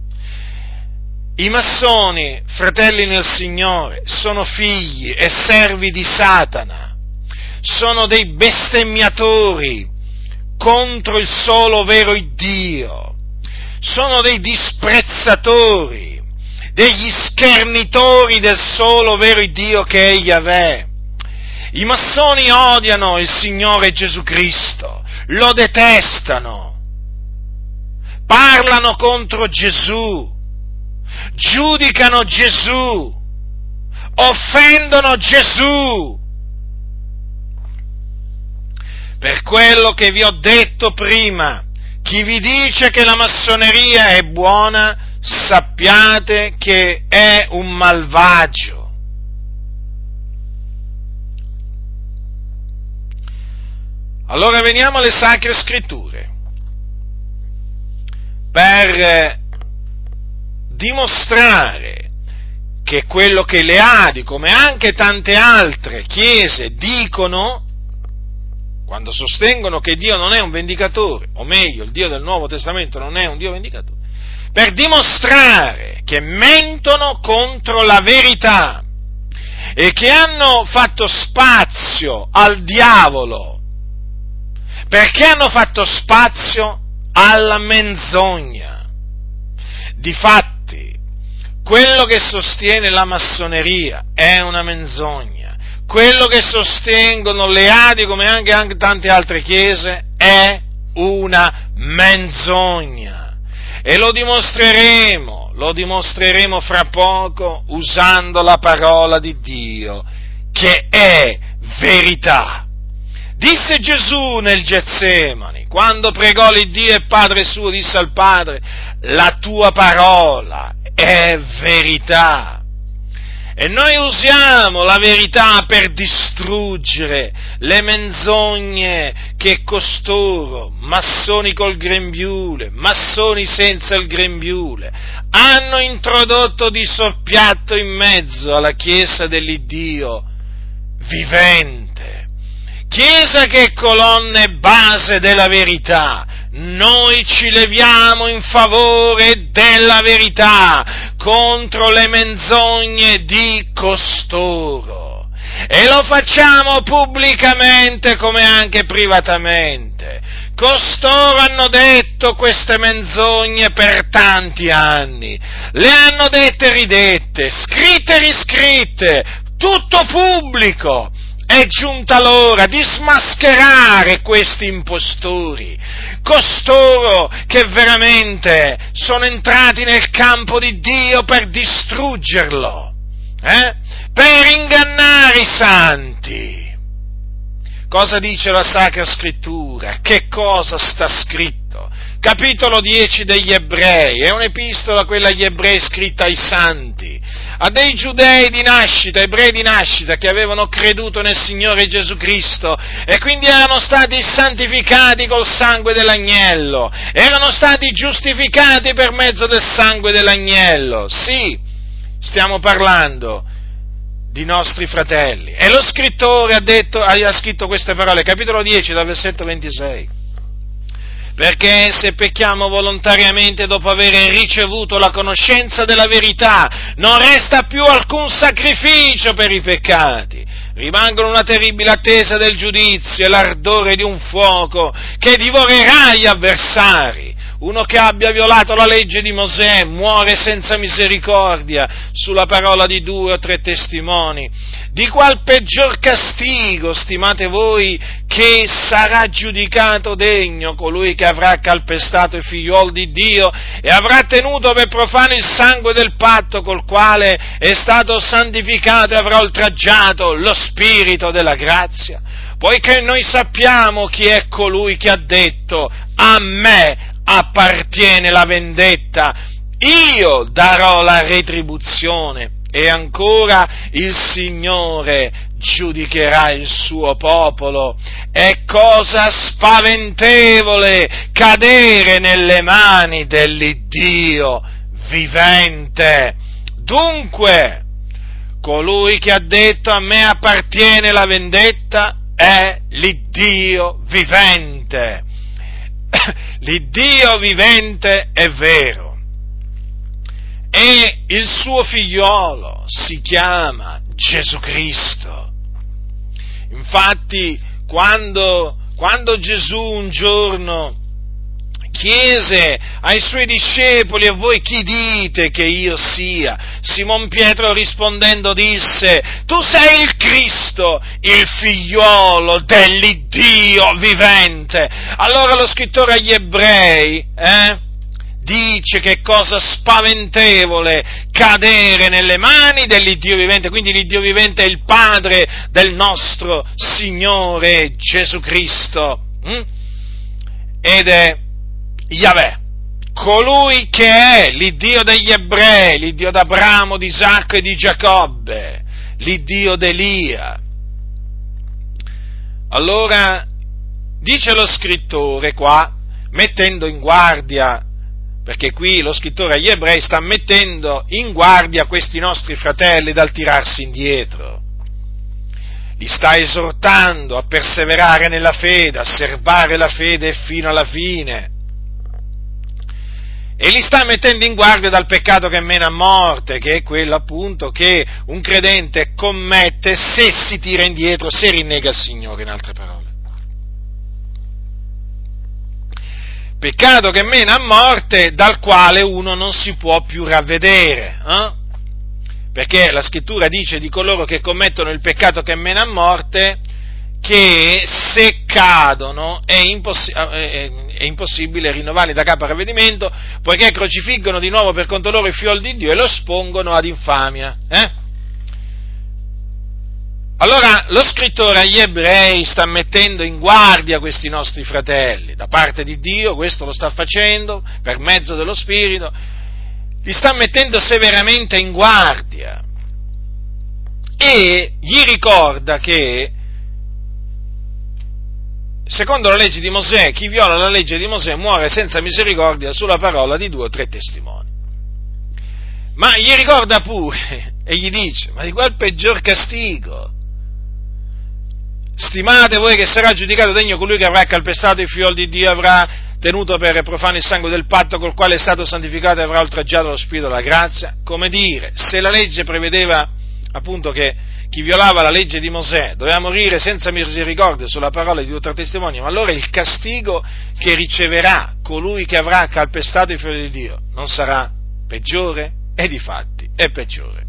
I massoni, fratelli nel Signore, sono figli e servi di Satana, sono dei bestemmiatori contro il solo vero Dio, sono dei disprezzatori, degli schernitori del solo vero Dio che è Yahweh. I massoni odiano il Signore Gesù Cristo, lo detestano, parlano contro Gesù, giudicano Gesù, offendono Gesù. Per quello che vi ho detto prima, chi vi dice che la massoneria è buona, sappiate che è un malvagio. Allora veniamo alle Sacre Scritture, per dimostrare che quello che le Adi, come anche tante altre chiese, dicono, quando sostengono che Dio non è un vendicatore, o meglio, il Dio del Nuovo Testamento non è un Dio vendicatore, per dimostrare che mentono contro la verità e che hanno fatto spazio al diavolo, perché hanno fatto spazio alla menzogna. Difatti, quello che sostiene la massoneria è una menzogna, quello che sostengono le Adi, come anche, anche tante altre chiese, è una menzogna. E lo dimostreremo, lo dimostreremo fra poco usando la parola di Dio, che è verità. Disse Gesù nel Getsemani, quando pregò l'Iddio e Padre suo, disse al Padre: la tua parola è verità. E noi usiamo la verità per distruggere le menzogne che costoro, massoni col grembiule, massoni senza il grembiule, hanno introdotto di soppiatto in mezzo alla Chiesa dell'Iddio vivente. Chiesa che è colonna e base della verità. Noi ci leviamo in favore della verità contro le menzogne di costoro e lo facciamo pubblicamente come anche privatamente. Costoro hanno detto queste menzogne per tanti anni, le hanno dette e ridette, scritte e riscritte, tutto pubblico. È giunta l'ora di smascherare questi impostori, costoro che veramente sono entrati nel campo di Dio per distruggerlo, eh? Per ingannare i santi. Cosa dice la Sacra Scrittura? Che cosa sta scritto? Capitolo dieci degli Ebrei, è un'epistola quella agli Ebrei scritta ai santi, a dei giudei di nascita, ebrei di nascita, che avevano creduto nel Signore Gesù Cristo e quindi erano stati santificati col sangue dell'agnello, erano stati giustificati per mezzo del sangue dell'agnello. Sì, stiamo parlando di nostri fratelli. E lo scrittore ha detto, ha scritto queste parole, capitolo dieci, dal versetto ventisei. Perché se pecchiamo volontariamente dopo aver ricevuto la conoscenza della verità, non resta più alcun sacrificio per i peccati. Rimangono una terribile attesa del giudizio e l'ardore di un fuoco che divorerà gli avversari. Uno che abbia violato la legge di Mosè muore senza misericordia sulla parola di due o tre testimoni. Di qual peggior castigo stimate voi che sarà giudicato degno colui che avrà calpestato i figliuoli di Dio e avrà tenuto per profano il sangue del patto col quale è stato santificato e avrà oltraggiato lo spirito della grazia? Poiché noi sappiamo chi è colui che ha detto: a me appartiene la vendetta, io darò la retribuzione. E ancora, il Signore giudicherà il suo popolo. È cosa spaventevole cadere nelle mani dell'Iddio vivente. Dunque, colui che ha detto: a me appartiene la vendetta, è l'Iddio vivente. L'Iddio vivente è vero. E il suo figliolo si chiama Gesù Cristo. Infatti, quando, quando Gesù un giorno chiese ai suoi discepoli: e voi chi dite che io sia? Simon Pietro rispondendo disse: tu sei il Cristo, il figliolo dell'Iddio vivente. Allora lo scrittore agli Ebrei, eh? dice che è cosa spaventevole cadere nelle mani dell'Iddio vivente, quindi l'Iddio vivente è il Padre del nostro Signore Gesù Cristo, hm? ed è Yahweh, colui che è l'Iddio degli Ebrei, l'Iddio d'Abramo, di Isacco e di Giacobbe, l'Iddio d'Elia. Allora, dice lo scrittore qua, mettendo in guardia, perché qui lo scrittore agli Ebrei sta mettendo in guardia questi nostri fratelli dal tirarsi indietro. Li sta esortando a perseverare nella fede, a serbare la fede fino alla fine. E li sta mettendo in guardia dal peccato che mena a morte, che è quello appunto che un credente commette se si tira indietro, se rinnega il Signore, in altre parole. Peccato che mena a morte, dal quale uno non si può più ravvedere, eh? Perché la Scrittura dice di coloro che commettono il peccato che mena a morte, che se cadono è, impossi- è, è impossibile rinnovarli da capo a ravvedimento, poiché crocifiggono di nuovo per conto loro il figlio di Dio e lo espongono ad infamia, eh? Allora, lo scrittore agli Ebrei sta mettendo in guardia questi nostri fratelli, da parte di Dio, questo lo sta facendo per mezzo dello Spirito, li sta mettendo severamente in guardia e gli ricorda che, secondo la legge di Mosè, chi viola la legge di Mosè muore senza misericordia sulla parola di due o tre testimoni. Ma gli ricorda pure e gli dice: ma di qual peggior castigo stimate voi che sarà giudicato degno colui che avrà calpestato i figlioli di Dio, avrà tenuto per profano il sangue del patto col quale è stato santificato e avrà oltraggiato lo spirito della grazia? Come dire, se la legge prevedeva appunto che chi violava la legge di Mosè doveva morire senza misericordia sulla parola di due o tre testimoni, ma allora il castigo che riceverà colui che avrà calpestato i figli di Dio non sarà peggiore? E difatti è peggiore.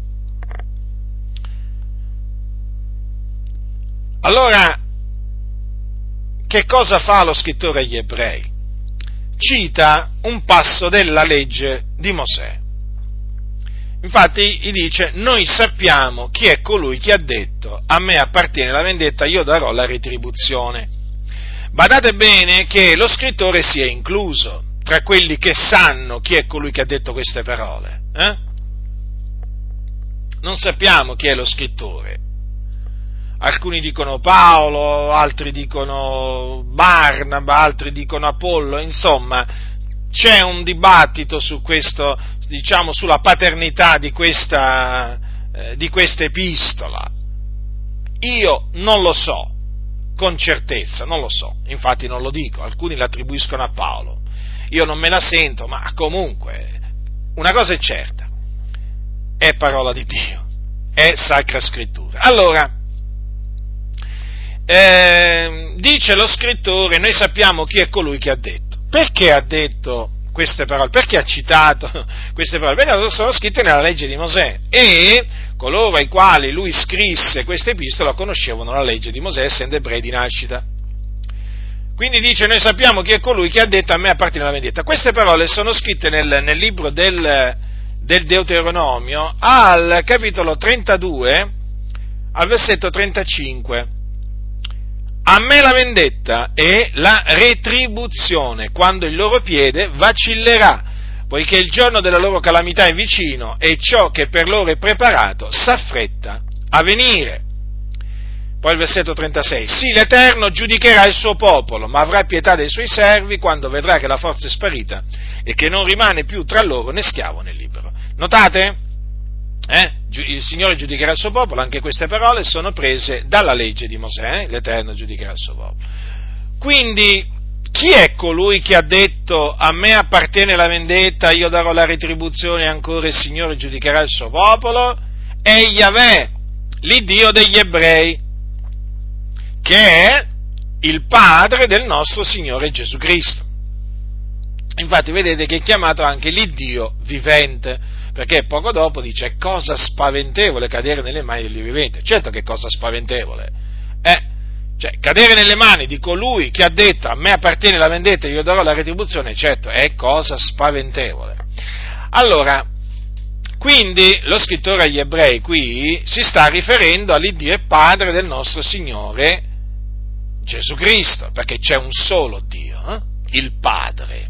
Allora, che cosa fa lo scrittore agli Ebrei? Cita un passo della legge di Mosè. Infatti gli dice: noi sappiamo chi è colui che ha detto: a me appartiene la vendetta, io darò la retribuzione. Badate bene che lo scrittore si è incluso tra quelli che sanno chi è colui che ha detto queste parole. Eh? Non sappiamo chi è lo scrittore. Alcuni dicono Paolo, altri dicono Barnaba, altri dicono Apollo, insomma, c'è un dibattito su questo, diciamo, sulla paternità di questa, eh, di questa epistola. Io non lo so, con certezza, non lo so, infatti non lo dico, alcuni l'attribuiscono a Paolo, io non me la sento, ma comunque, una cosa è certa, è parola di Dio, è Sacra Scrittura. Allora, eh, dice lo scrittore: noi sappiamo chi è colui che ha detto. Perché ha detto queste parole? Perché ha citato queste parole? Perché sono scritte nella legge di Mosè, e coloro ai quali lui scrisse questa epistola conoscevano la legge di Mosè, essendo ebrei di nascita. Quindi dice: noi sappiamo chi è colui che ha detto: a me appartiene la vendetta. Queste parole sono scritte nel, nel libro del, del Deuteronomio, al capitolo trentadue, al versetto trentacinque. A me la vendetta e la retribuzione, quando il loro piede vacillerà, poiché il giorno della loro calamità è vicino e ciò che per loro è preparato s'affretta a venire. Poi il versetto trentasei: sì, l'Eterno giudicherà il suo popolo, ma avrà pietà dei suoi servi quando vedrà che la forza è sparita e che non rimane più tra loro né schiavo né libero. Notate? Eh? Il Signore giudicherà il suo popolo, anche queste parole sono prese dalla legge di Mosè, eh? L'Eterno giudicherà il suo popolo. Quindi, chi è colui che ha detto: a me appartiene la vendetta, io darò la retribuzione, e ancora il Signore giudicherà il suo popolo? È Yahweh, l'Iddio degli ebrei, che è il Padre del nostro Signore Gesù Cristo. Infatti vedete che è chiamato anche l'Iddio vivente, perché poco dopo dice: è cosa spaventevole cadere nelle mani del Dio vivente. Certo che è cosa spaventevole, eh? Cioè, cadere nelle mani di colui che ha detto: a me appartiene la vendetta, io darò la retribuzione, certo, è cosa spaventevole. Allora, quindi lo scrittore agli ebrei qui si sta riferendo all'Iddio e Padre del nostro Signore Gesù Cristo, perché c'è un solo Dio, eh? Il Padre,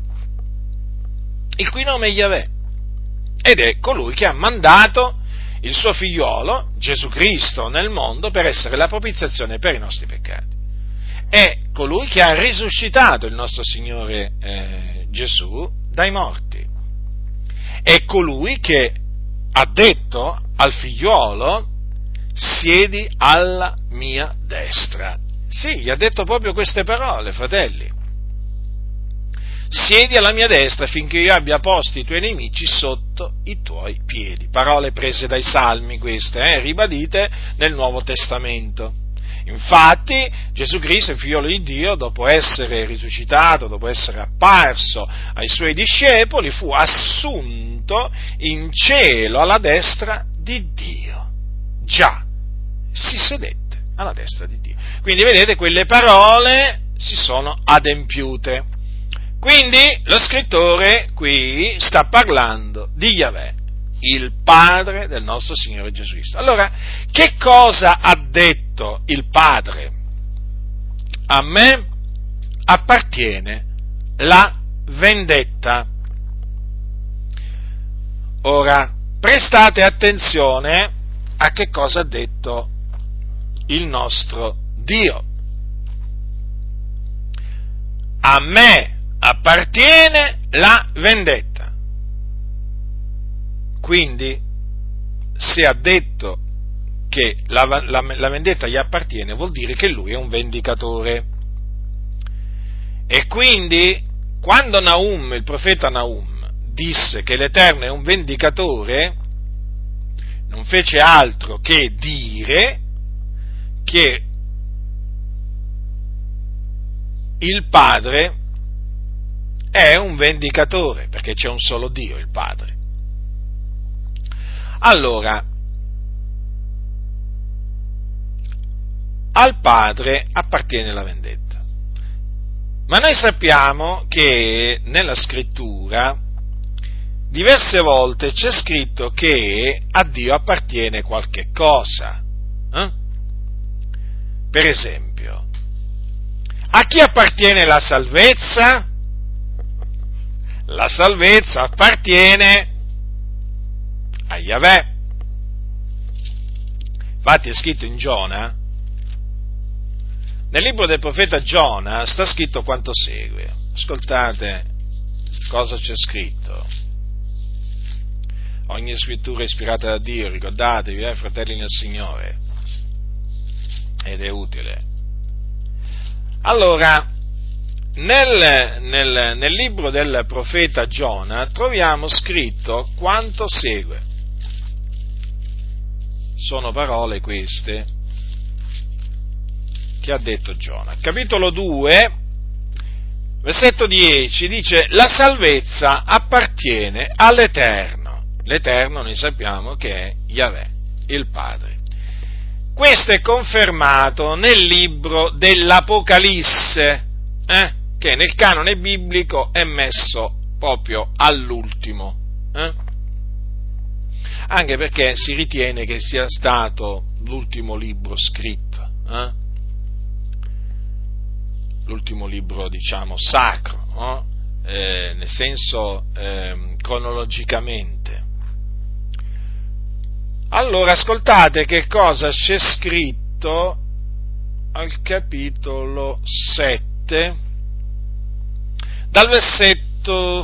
il cui nome è Yahweh, ed è colui che ha mandato il suo figliolo, Gesù Cristo, nel mondo per essere la propiziazione per i nostri peccati. È colui che ha risuscitato il nostro Signore eh, Gesù dai morti. È colui che ha detto al figliolo: siedi alla mia destra. Sì, gli ha detto proprio queste parole, fratelli. Siedi alla mia destra finché io abbia posto i tuoi nemici sotto i tuoi piedi. Parole prese dai Salmi queste, eh, ribadite nel Nuovo Testamento. Infatti Gesù Cristo, il figliolo di Dio, dopo essere risuscitato, dopo essere apparso ai suoi discepoli, fu assunto in cielo alla destra di Dio. Già, si sedette alla destra di Dio. Quindi vedete, quelle parole si sono adempiute. Quindi lo scrittore qui sta parlando di Yahweh, il Padre del nostro Signore Gesù Cristo. Allora, che cosa ha detto il Padre? A me appartiene la vendetta. Ora, prestate attenzione a che cosa ha detto il nostro Dio. A me appartiene la vendetta. Quindi, se ha detto che la, la, la vendetta gli appartiene, vuol dire che lui è un vendicatore. E quindi, quando Naum, il profeta Naum, disse che l'Eterno è un vendicatore, non fece altro che dire che il Padre è un vendicatore, perché c'è un solo Dio, il Padre. Allora, al Padre appartiene la vendetta. Ma noi sappiamo che nella Scrittura diverse volte c'è scritto che a Dio appartiene qualche cosa. Eh? Per esempio, a chi appartiene la salvezza? La salvezza appartiene a Yahweh. Infatti è scritto in Giona, nel libro del profeta Giona sta scritto quanto segue. Ascoltate cosa c'è scritto. Ogni scrittura è ispirata da Dio, ricordatevi, eh, fratelli nel Signore, ed è utile. Allora, nel, nel, nel libro del profeta Giona troviamo scritto quanto segue. Sono parole queste che ha detto Giona. Capitolo due, versetto dieci, dice: la salvezza appartiene all'Eterno. L'Eterno noi sappiamo che è Yahweh, il Padre. Questo è confermato nel libro dell'Apocalisse, eh, che nel canone biblico è messo proprio all'ultimo, eh? Anche perché si ritiene che sia stato l'ultimo libro scritto, eh? l'ultimo libro, diciamo, sacro, no? eh, nel senso eh, cronologicamente. Allora, ascoltate che cosa c'è scritto al capitolo sette, dal versetto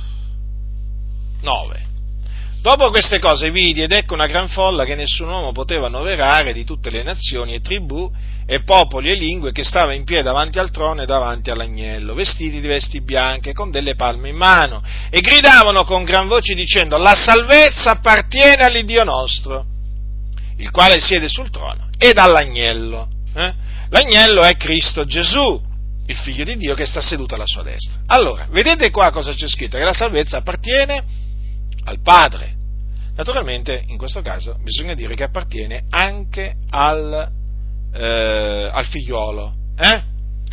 nove. Dopo queste cose vidi ed ecco una gran folla che nessun uomo poteva annoverare, di tutte le nazioni e tribù e popoli e lingue, che stava in piedi davanti al trono e davanti all'agnello, vestiti di vesti bianche, con delle palme in mano, e gridavano con gran voce dicendo: la salvezza appartiene all'Iddio nostro, il quale siede sul trono, ed all'agnello. Eh? L'agnello è Cristo Gesù, il Figlio di Dio, che sta seduto alla sua destra. Allora, vedete qua cosa c'è scritto? Che la salvezza appartiene al Padre. Naturalmente, in questo caso, bisogna dire che appartiene anche al, eh, al figliolo. Eh?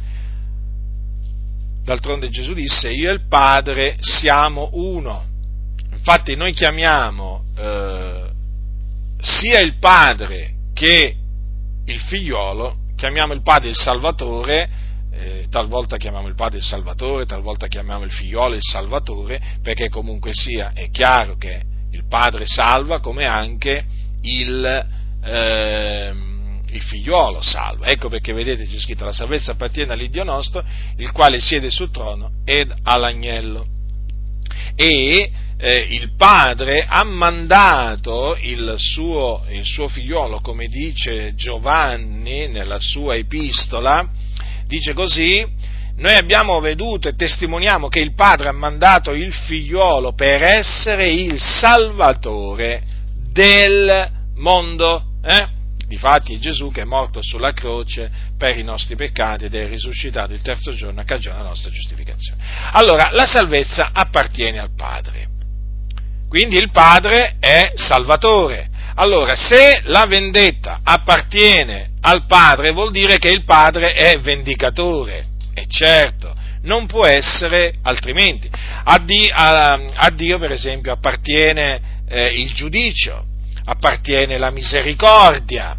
D'altronde Gesù disse: io e il Padre siamo uno. Infatti noi chiamiamo eh, sia il Padre che il figliolo, chiamiamo il Padre il Salvatore, eh, talvolta chiamiamo il Padre il Salvatore, talvolta chiamiamo il figliolo il Salvatore, perché comunque sia è chiaro che il Padre salva come anche il, eh, il figliolo salva. Ecco perché vedete c'è scritto: la salvezza appartiene all'Iddio nostro, il quale siede sul trono ed all'agnello. E eh, il Padre ha mandato il suo, il suo figliolo, come dice Giovanni nella sua epistola, dice così: noi abbiamo veduto e testimoniamo che il Padre ha mandato il figliolo per essere il Salvatore del mondo. Eh? Difatti è Gesù che è morto sulla croce per i nostri peccati ed è risuscitato il terzo giorno a cagione della nostra giustificazione. Allora, la salvezza appartiene al Padre. Quindi il Padre è Salvatore. Allora, se la vendetta appartiene al Padre, vuol dire che il Padre è vendicatore. E certo, non può essere altrimenti. A Dio, a, a Dio per esempio, appartiene eh, il giudicio, appartiene la misericordia,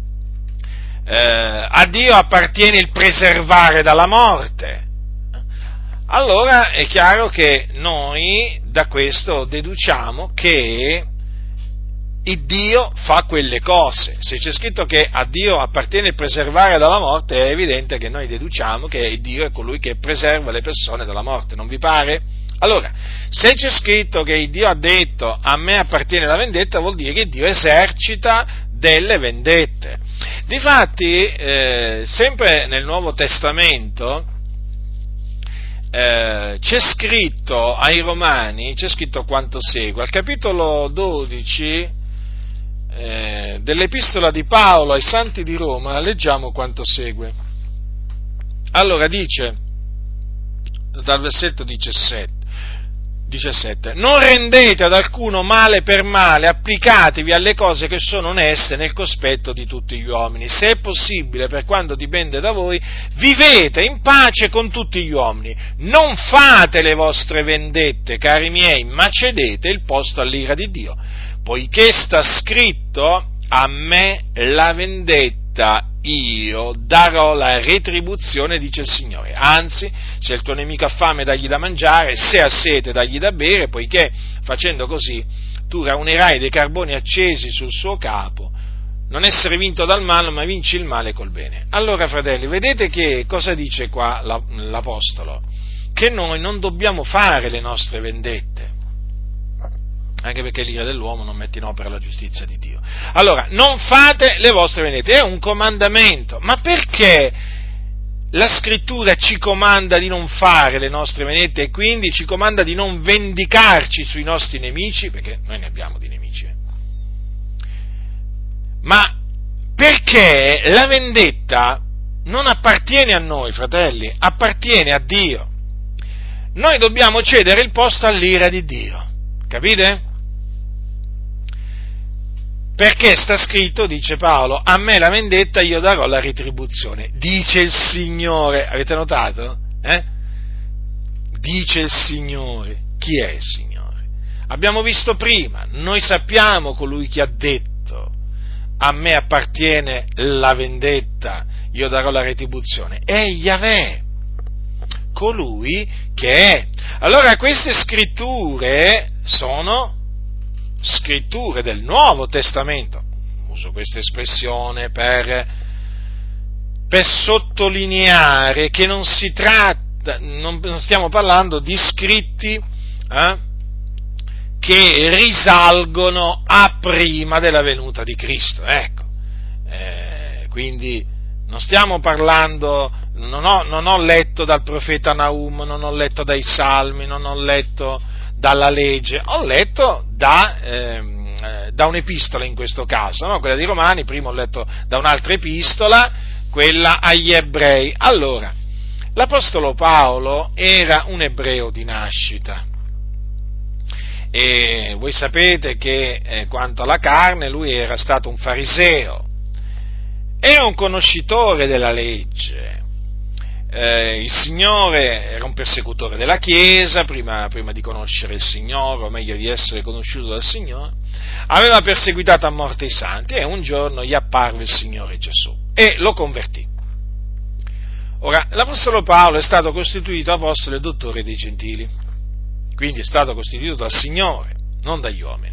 eh, a Dio appartiene il preservare dalla morte. Allora è chiaro che noi da questo deduciamo che il Dio fa quelle cose. Se c'è scritto che a Dio appartiene il preservare dalla morte, è evidente che noi deduciamo che Dio è colui che preserva le persone dalla morte, non vi pare? Allora, se c'è scritto che Dio ha detto a me appartiene la vendetta, vuol dire che Dio esercita delle vendette. Difatti, eh, sempre nel Nuovo Testamento, eh, c'è scritto ai Romani, c'è scritto quanto segue, al capitolo dodici eh, dell'Epistola di Paolo ai Santi di Roma, leggiamo quanto segue. Allora dice, dal versetto diciassette, diciassette. Non rendete ad alcuno male per male, applicatevi alle cose che sono oneste nel cospetto di tutti gli uomini. Se è possibile, per quanto dipende da voi, vivete in pace con tutti gli uomini. Non fate le vostre vendette, cari miei, ma cedete il posto all'ira di Dio, poiché sta scritto: a me la vendetta, io darò la retribuzione, dice il Signore. Anzi, se il tuo nemico ha fame, dagli da mangiare, se ha sete, dagli da bere, poiché facendo così tu raunerai dei carboni accesi sul suo capo. Non essere vinto dal male, ma vinci il male col bene. Allora, fratelli, vedete che cosa dice qua l'Apostolo? Che noi non dobbiamo fare le nostre vendette, anche perché l'ira dell'uomo non mette in opera la giustizia di Dio. Allora, non fate le vostre vendette, è un comandamento. Ma perché la Scrittura ci comanda di non fare le nostre vendette e quindi ci comanda di non vendicarci sui nostri nemici? Perché noi ne abbiamo di nemici. Eh? Ma perché la vendetta non appartiene a noi, fratelli, appartiene a Dio. Noi dobbiamo cedere il posto all'ira di Dio, capite? Perché sta scritto, dice Paolo, a me la vendetta, io darò la retribuzione, dice il Signore. Avete notato? Eh? Dice il Signore. Chi è il Signore? Abbiamo visto prima, noi sappiamo colui che ha detto: a me appartiene la vendetta, io darò la retribuzione. È Yahweh, colui che è. Allora queste scritture sono scritture del Nuovo Testamento. Uso questa espressione per, per sottolineare che non si tratta, non, non stiamo parlando di scritti eh, che risalgono a prima della venuta di Cristo, ecco. Eh, quindi non stiamo parlando, non ho, non ho letto dal profeta Naum, non ho letto dai Salmi, non ho letto dalla legge, ho letto da, ehm, da un'epistola in questo caso, no? Quella di Romani, prima ho letto da un'altra epistola, quella agli Ebrei. Allora, l'Apostolo Paolo era un ebreo di nascita, e voi sapete che eh, quanto alla carne lui era stato un fariseo, era un conoscitore della legge. Eh, il Signore era un persecutore della Chiesa, prima, prima di conoscere il Signore, o meglio di essere conosciuto dal Signore, aveva perseguitato a morte i santi, e un giorno gli apparve il Signore Gesù e lo convertì. Ora, l'Apostolo Paolo è stato costituito apostolo e dottore dei gentili, quindi è stato costituito dal Signore, non dagli uomini.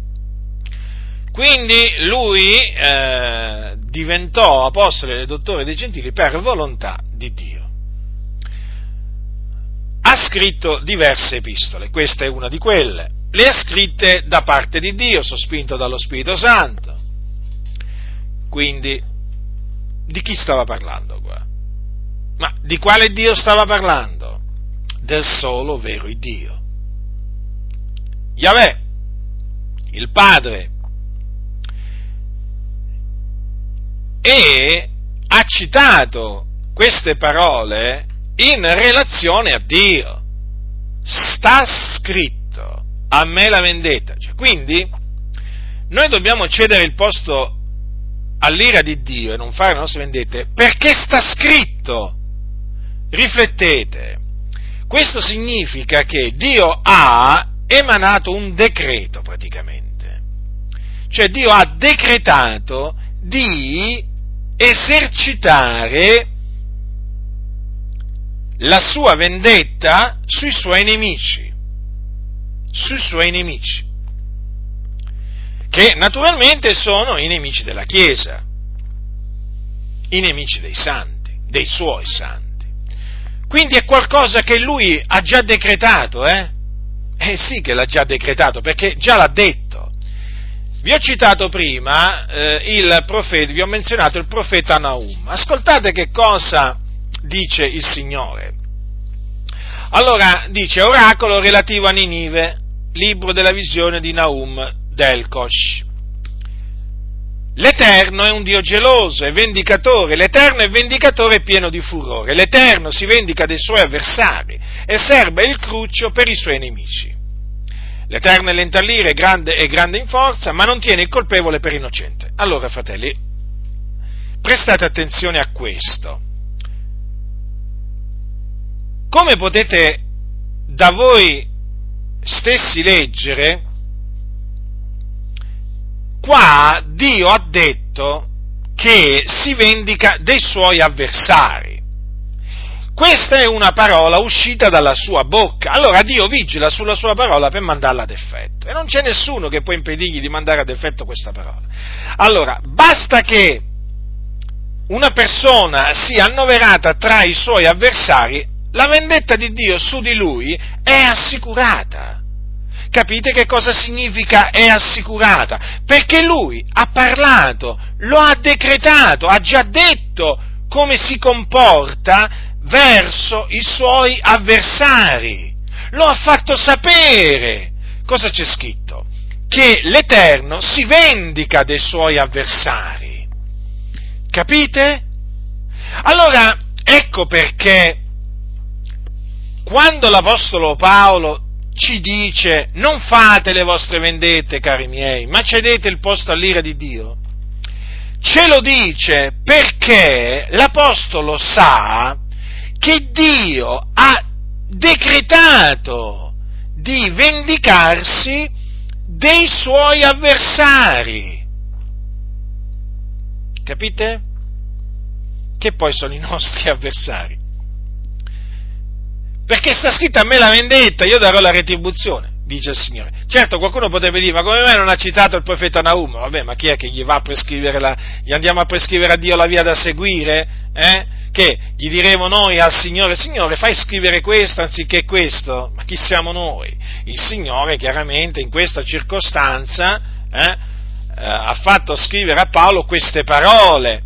Quindi lui eh, diventò apostolo e dottore dei gentili per volontà di Dio. Ha scritto diverse epistole, questa è una di quelle. Le ha scritte da parte di Dio, sospinto dallo Spirito Santo. Quindi, di chi stava parlando qua? Ma di quale Dio stava parlando? Del solo vero Dio. Yahweh, il Padre. E ha citato queste parole in relazione a Dio. Sta scritto: a me la vendetta. Cioè, quindi noi dobbiamo cedere il posto all'ira di Dio e non fare le nostre vendette, perché sta scritto. Riflettete, questo significa che Dio ha emanato un decreto praticamente, cioè Dio ha decretato di esercitare la sua vendetta sui suoi nemici, sui suoi nemici, che naturalmente sono i nemici della Chiesa, i nemici dei santi, dei suoi santi. Quindi è qualcosa che lui ha già decretato, eh? Eh sì che l'ha già decretato, perché già l'ha detto. Vi ho citato prima eh, il profeta, vi ho menzionato il profeta Naum. Ascoltate che cosa dice il Signore. Allora, dice: oracolo relativo a Ninive, libro della visione di Naum d'Elkosh. L'Eterno è un Dio geloso e vendicatore, l'Eterno è vendicatore e pieno di furore, l'Eterno si vendica dei suoi avversari e serba il cruccio per i suoi nemici. l'Eterno è lento all'ira, è grande, è grande in forza, ma non tiene il colpevole per innocente. Allora, fratelli, prestate attenzione a questo. Come potete da voi stessi leggere, qua Dio ha detto che si vendica dei suoi avversari. Questa è una parola uscita dalla sua bocca. Allora Dio vigila sulla sua parola per mandarla ad effetto. E non c'è nessuno che può impedirgli di mandare ad effetto questa parola. Allora, basta che una persona sia annoverata tra i suoi avversari, la vendetta di Dio su di lui è assicurata. Capite che cosa significa è assicurata? Perché lui ha parlato, lo ha decretato, ha già detto come si comporta verso i suoi avversari. Lo ha fatto sapere. Cosa c'è scritto? Che l'Eterno si vendica dei suoi avversari. Capite? Allora, ecco perché quando l'Apostolo Paolo ci dice non fate le vostre vendette, cari miei, ma cedete il posto all'ira di Dio, ce lo dice perché l'Apostolo sa che Dio ha decretato di vendicarsi dei suoi avversari. Capite? Che poi sono i nostri avversari. Perché sta scritto a me la vendetta, io darò la retribuzione, dice il Signore. Certo, qualcuno potrebbe dire, ma come mai non ha citato il profeta Naum? Vabbè, ma chi è che gli va a prescrivere la, gli andiamo a prescrivere a Dio la via da seguire? Eh? Che gli diremo noi al Signore, Signore, fai scrivere questo anziché questo? Ma chi siamo noi? Il Signore chiaramente in questa circostanza eh, eh, ha fatto scrivere a Paolo queste parole,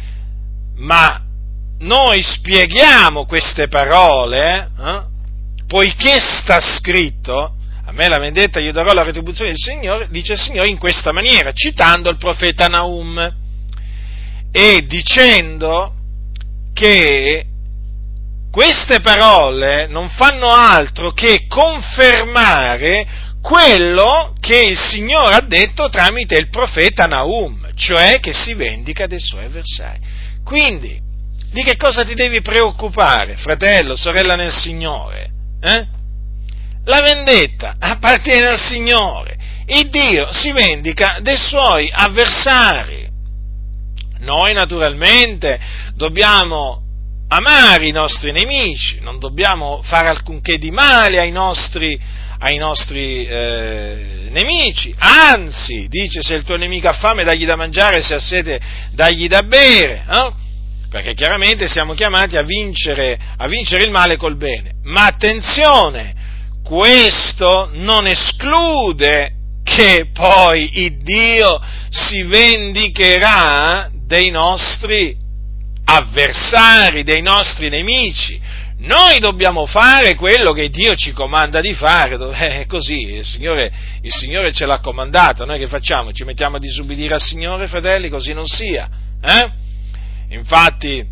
ma noi spieghiamo queste parole, eh, poiché sta scritto, a me la vendetta io darò la retribuzione del Signore, dice il Signore in questa maniera, citando il profeta Naum e dicendo che queste parole non fanno altro che confermare quello che il Signore ha detto tramite il profeta Naum, cioè che si vendica dei suoi avversari. Quindi, di che cosa ti devi preoccupare, fratello, sorella nel Signore? Eh? La vendetta appartiene al Signore, il Dio si vendica dei suoi avversari. Noi naturalmente dobbiamo amare i nostri nemici, non dobbiamo fare alcunché di male ai nostri, ai nostri eh, nemici, anzi, dice, se il tuo nemico ha fame dagli da mangiare, se ha sete dagli da bere, eh? Perché chiaramente siamo chiamati a vincere, a vincere il male col bene. Ma attenzione, questo non esclude che poi il Dio si vendicherà dei nostri avversari, dei nostri nemici. Noi dobbiamo fare quello che Dio ci comanda di fare, è così, il Signore, il Signore ce l'ha comandato, noi che facciamo? Ci mettiamo a disubbidire al Signore, fratelli? Così non sia, eh? Infatti,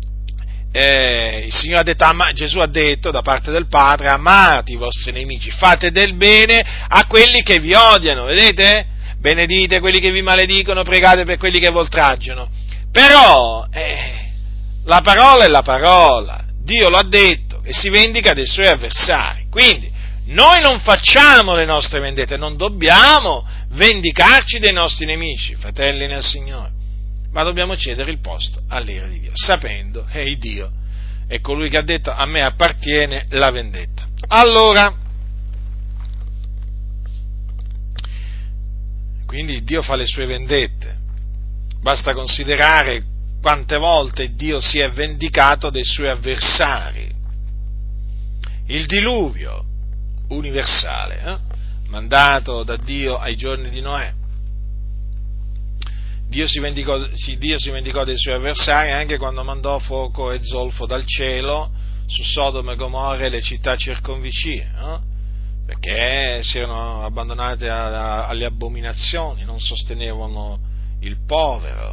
eh, il Signore ha detto, ama, Gesù ha detto da parte del Padre, amate i vostri nemici, fate del bene a quelli che vi odiano, vedete? Benedite quelli che vi maledicono, pregate per quelli che vi oltraggiano. Però, eh, la parola è la parola, Dio lo ha detto, che si vendica dei suoi avversari, quindi noi non facciamo le nostre vendette, non dobbiamo vendicarci dei nostri nemici, fratelli nel Signore, ma dobbiamo cedere il posto all'ira di Dio, sapendo che il Dio è colui che ha detto a me appartiene la vendetta. Allora, quindi Dio fa le sue vendette, basta considerare quante volte Dio si è vendicato dei suoi avversari. Il diluvio universale, eh, mandato da Dio ai giorni di Noè, Dio si, vendicò, Dio si vendicò dei suoi avversari anche quando mandò fuoco e zolfo dal cielo su Sodoma e Gomorra e le città circonvicine, no? Perché si erano abbandonate a, a, alle abominazioni, non sostenevano il povero,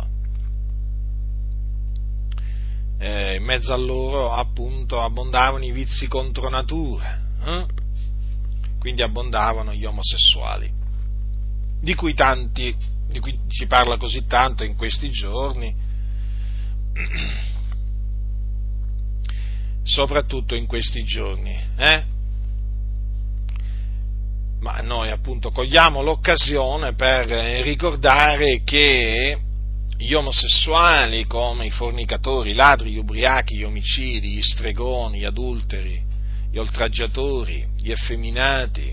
eh, in mezzo a loro appunto abbondavano i vizi contro natura, eh? quindi abbondavano gli omosessuali, di cui tanti, di cui si parla così tanto in questi giorni, soprattutto in questi giorni, eh? Ma noi appunto cogliamo l'occasione per ricordare che gli omosessuali, come i fornicatori, i ladri, gli ubriachi, gli omicidi, gli stregoni, gli adulteri, gli oltraggiatori, gli effeminati,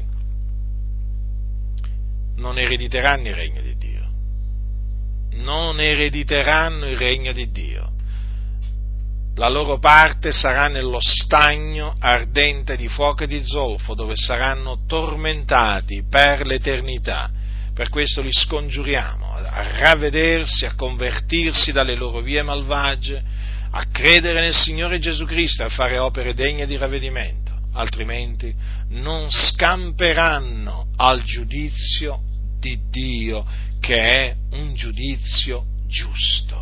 non erediteranno il regno di Dio. Non erediteranno il regno di Dio. La loro parte sarà nello stagno ardente di fuoco e di zolfo, dove saranno tormentati per l'eternità. Per questo li scongiuriamo a ravvedersi, a convertirsi dalle loro vie malvagie, a credere nel Signore Gesù Cristo e a fare opere degne di ravvedimento, altrimenti non scamperanno al giudizio di Dio, che è un giudizio giusto.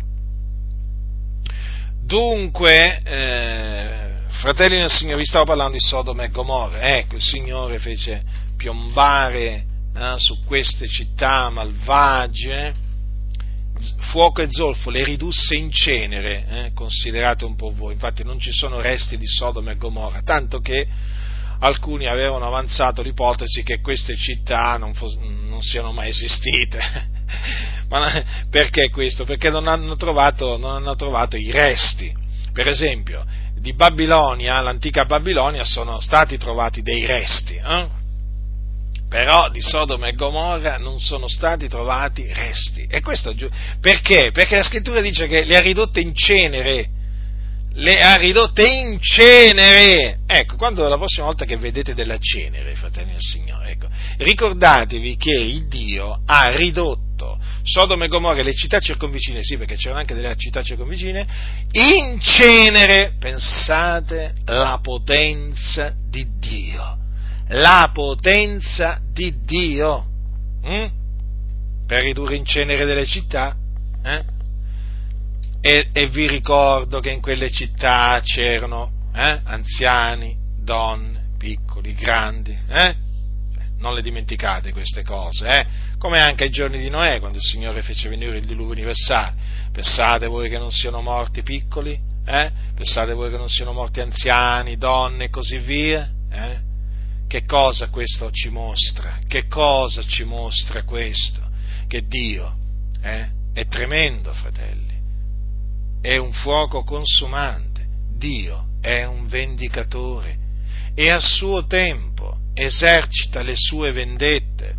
Dunque, eh, fratelli nel Signore, vi stavo parlando di Sodoma e Gomorra. Ecco, il Signore fece piombare eh, su queste città malvagie fuoco e zolfo, le ridusse in cenere, eh, considerate un po' voi. Infatti non ci sono resti di Sodoma e Gomorra, tanto che alcuni avevano avanzato l'ipotesi che queste città non, fos- non siano mai esistite. Ma perché questo? Perché non hanno trovato, non hanno trovato i resti. Per esempio, di Babilonia, l'antica Babilonia, sono stati trovati dei resti, eh? Però di Sodoma e Gomorra non sono stati trovati resti. E questo perché? Perché la scrittura dice che le ha ridotte in cenere. Le ha ridotte in cenere. Ecco, quando la prossima volta che vedete della cenere, fratelli del Signore, ecco, ricordatevi che il Dio ha ridotto Sodoma e Gomorra e le città circonvicine, sì, perché c'erano anche delle città circonvicine, in cenere. Pensate la potenza di Dio, la potenza di Dio, hm? per ridurre in cenere delle città, eh? E, e vi ricordo che in quelle città c'erano eh, anziani, donne, piccoli, grandi, eh? Non le dimenticate queste cose, eh? Come anche ai giorni di Noè, quando il Signore fece venire il diluvio universale. Pensate voi che non siano morti piccoli? Eh? Pensate voi che non siano morti anziani, donne e così via? Eh? Che cosa questo ci mostra? Che cosa ci mostra questo? Che Dio eh, è tremendo, fratelli. È un fuoco consumante, Dio è un vendicatore e a suo tempo esercita le sue vendette.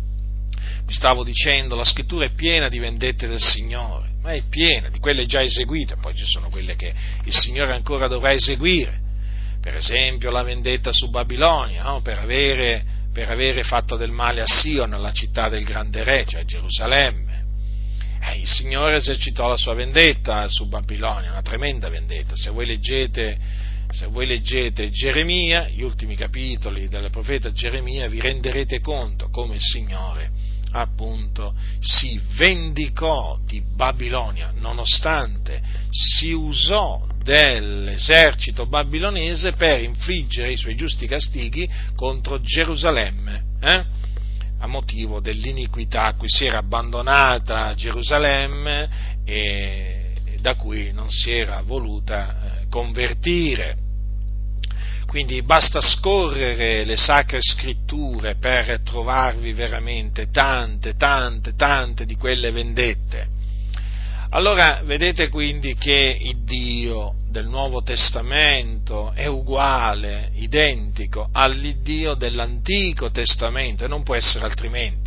Vi stavo dicendo, la scrittura è piena di vendette del Signore, ma è piena di quelle già eseguite, poi ci sono quelle che il Signore ancora dovrà eseguire, per esempio la vendetta su Babilonia, no? per, avere, per avere fatto del male a Sion, la città del grande re, cioè Gerusalemme. Eh, il Signore esercitò la sua vendetta su Babilonia, una tremenda vendetta. Se voi leggete, se voi leggete Geremia, gli ultimi capitoli del profeta Geremia, vi renderete conto come il Signore appunto si vendicò di Babilonia, nonostante si usò dell'esercito babilonese per infliggere i suoi giusti castighi contro Gerusalemme, eh? a motivo dell'iniquità a cui si era abbandonata Gerusalemme e da cui non si era voluta convertire. Quindi basta scorrere le sacre scritture per trovarvi veramente tante, tante, tante di quelle vendette. Allora vedete quindi che il Dio del Nuovo Testamento è uguale, identico all'Iddio dell'Antico Testamento e non può essere altrimenti.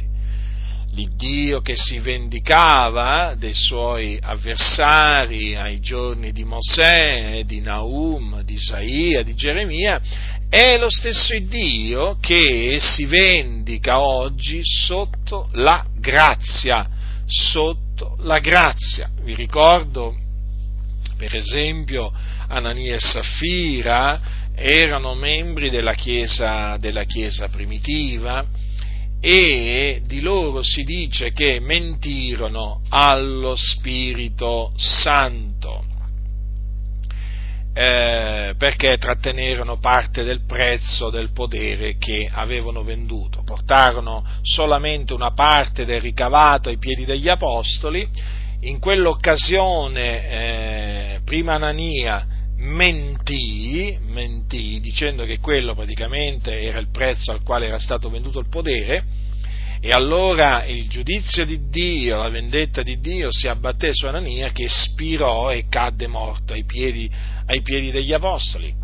L'Iddio che si vendicava dei suoi avversari ai giorni di Mosè, di Naum, di Isaia, di Geremia, è lo stesso Iddio che si vendica oggi sotto la grazia, sotto la grazia. Vi ricordo, per esempio, Anania e Saffira erano membri della Chiesa, della Chiesa primitiva, e di loro si dice che mentirono allo Spirito Santo. eh, perché trattenerono parte del prezzo del podere che avevano venduto. Portarono solamente una parte del ricavato ai piedi degli apostoli. In quell'occasione eh, prima Anania mentì, mentì dicendo che quello praticamente era il prezzo al quale era stato venduto il podere, e allora il giudizio di Dio, la vendetta di Dio si abbatté su Anania, che spirò e cadde morto ai piedi, ai piedi degli apostoli.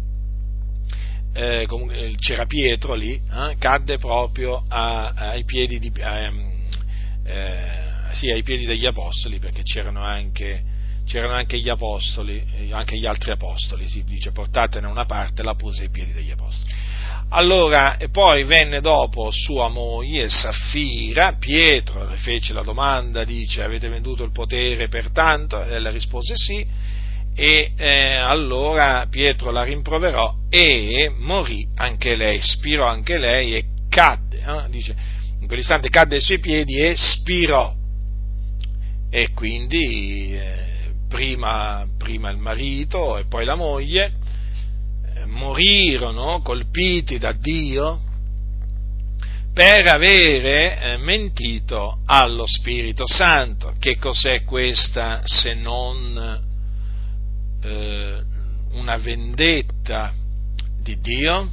Eh, comunque, c'era Pietro lì, eh, cadde proprio a, ai piedi di, a, eh, sì, ai piedi degli apostoli, perché c'erano anche, c'erano anche gli apostoli, anche gli altri apostoli, si dice, portatene una parte, la pose ai piedi degli apostoli. Allora, e poi venne dopo sua moglie, Saffira. Pietro le fece la domanda, dice: avete venduto il potere per tanto? E lei rispose sì, e eh, allora Pietro la rimproverò e morì anche lei, spirò anche lei e cadde, eh? Dice, in quell'istante cadde ai suoi piedi e spirò. E quindi eh, prima, prima il marito e poi la moglie eh, morirono colpiti da Dio per avere eh, mentito allo Spirito Santo. Che cos'è questa se non eh, una vendetta di Dio?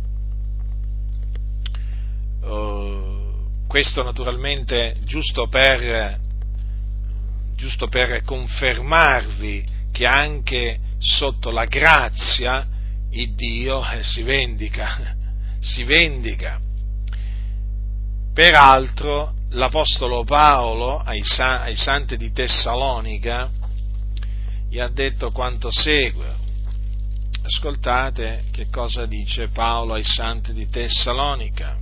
Uh, questo naturalmente giusto per giusto per confermarvi che anche sotto la grazia il Dio eh, si vendica, si vendica. Peraltro l'Apostolo Paolo ai, ai santi di Tessalonica gli ha detto quanto segue. Ascoltate che cosa dice Paolo ai santi di Tessalonica.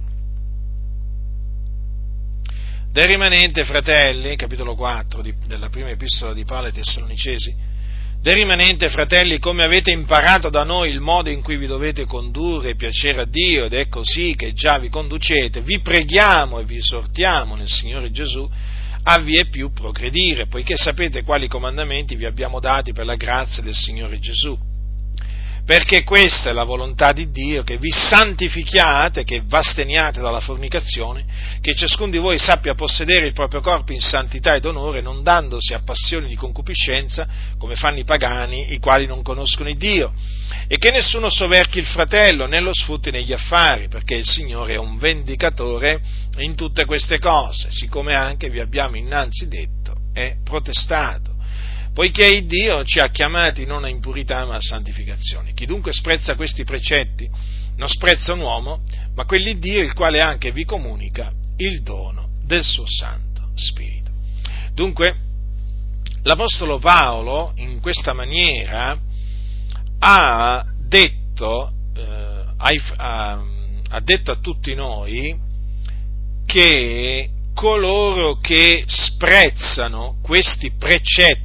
Del rimanente, fratelli, capitolo quattro di, della prima epistola di Paolo ai Tessalonicesi, del rimanente, fratelli, come avete imparato da noi il modo in cui vi dovete condurre e piacere a Dio, ed è così che già vi conducete, vi preghiamo e vi esortiamo nel Signore Gesù a vie più progredire, poiché sapete quali comandamenti vi abbiamo dati per la grazia del Signore Gesù. Perché questa è la volontà di Dio, che vi santifichiate, che v'asteniate dalla fornicazione, che ciascun di voi sappia possedere il proprio corpo in santità ed onore, non dandosi a passioni di concupiscenza, come fanno i pagani, i quali non conoscono il Dio, e che nessuno soverchi il fratello, né lo sfrutti negli affari, perché il Signore è un vendicatore in tutte queste cose, siccome anche vi abbiamo innanzi detto e protestato. Poiché il Dio ci ha chiamati non a impurità ma a santificazione. Chi dunque sprezza questi precetti non sprezza un uomo, ma quell'Iddio il quale anche vi comunica il dono del suo Santo Spirito. Dunque, l'Apostolo Paolo in questa maniera ha detto, eh, ha, ha detto a tutti noi che coloro che sprezzano questi precetti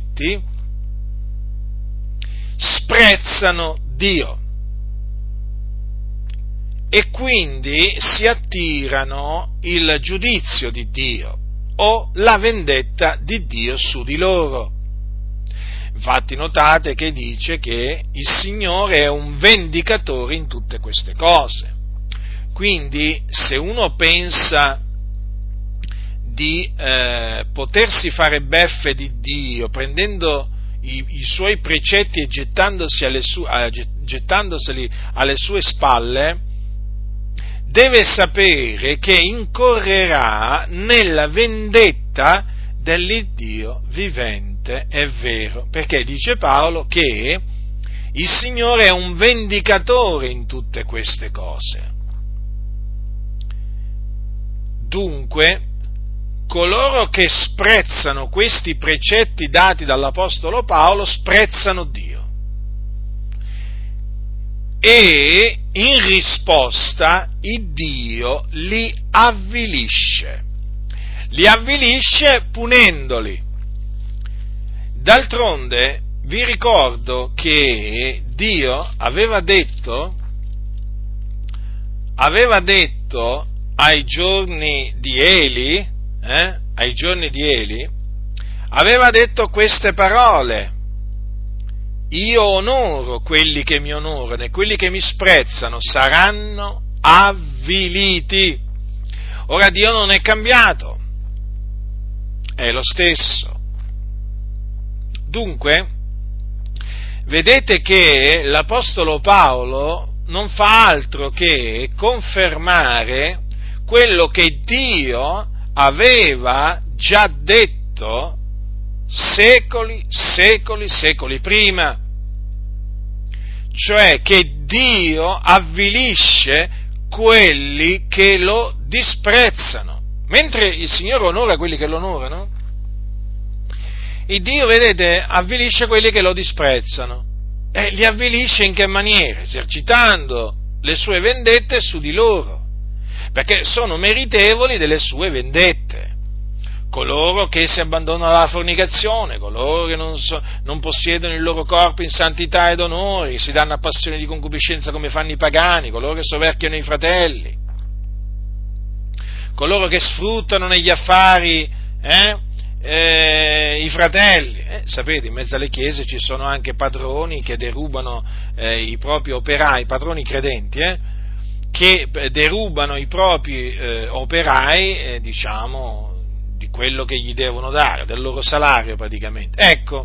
sprezzano Dio e quindi si attirano il giudizio di Dio o la vendetta di Dio su di loro. Infatti notate che dice che il Signore è un vendicatore in tutte queste cose. Quindi se uno pensa di eh, potersi fare beffe di Dio prendendo i, i suoi precetti e gettandosi alle su, eh, gettandoseli alle sue spalle, deve sapere che incorrerà nella vendetta dell'Iddio vivente e vero, perché dice Paolo che il Signore è un vendicatore in tutte queste cose. Dunque, coloro che sprezzano questi precetti dati dall'Apostolo Paolo sprezzano Dio e in risposta il Dio li avvilisce, li avvilisce punendoli. D'altronde vi ricordo che Dio aveva detto, aveva detto ai giorni di Eli, Eh, ai giorni di Eli, aveva detto queste parole: io onoro quelli che mi onorano e quelli che mi sprezzano saranno avviliti. Ora Dio non è cambiato, è lo stesso. Dunque, vedete che l'Apostolo Paolo non fa altro che confermare quello che Dio aveva già detto secoli, secoli, secoli prima, cioè che Dio avvilisce quelli che lo disprezzano, mentre il Signore onora quelli che lo onorano, il Dio, vedete, avvilisce quelli che lo disprezzano, e li avvilisce in che maniera? Esercitando le sue vendette su di loro, perché sono meritevoli delle sue vendette. Coloro che si abbandonano alla fornicazione, coloro che non, so, non possiedono il loro corpo in santità ed onore, che si danno a passioni di concupiscenza come fanno i pagani, coloro che soverchiano i fratelli, coloro che sfruttano negli affari eh, eh, i fratelli. Eh, sapete, in mezzo alle chiese ci sono anche padroni che derubano eh, i propri operai, padroni credenti, eh, che derubano i propri eh, operai, eh, diciamo, di quello che gli devono dare, del loro salario praticamente. Ecco,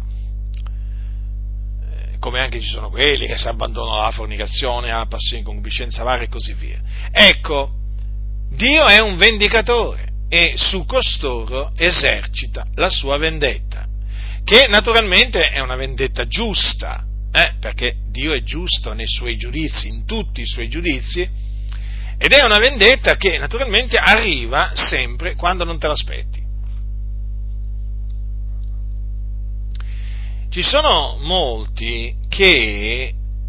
eh, come anche ci sono quelli che si abbandonano alla fornicazione, alla passione di concupiscenza varia e così via. Ecco, Dio è un vendicatore e su costoro esercita la sua vendetta, che naturalmente è una vendetta giusta, eh, perché Dio è giusto nei suoi giudizi, in tutti i suoi giudizi, ed è una vendetta che naturalmente arriva sempre quando non te l'aspetti. Ci sono molti che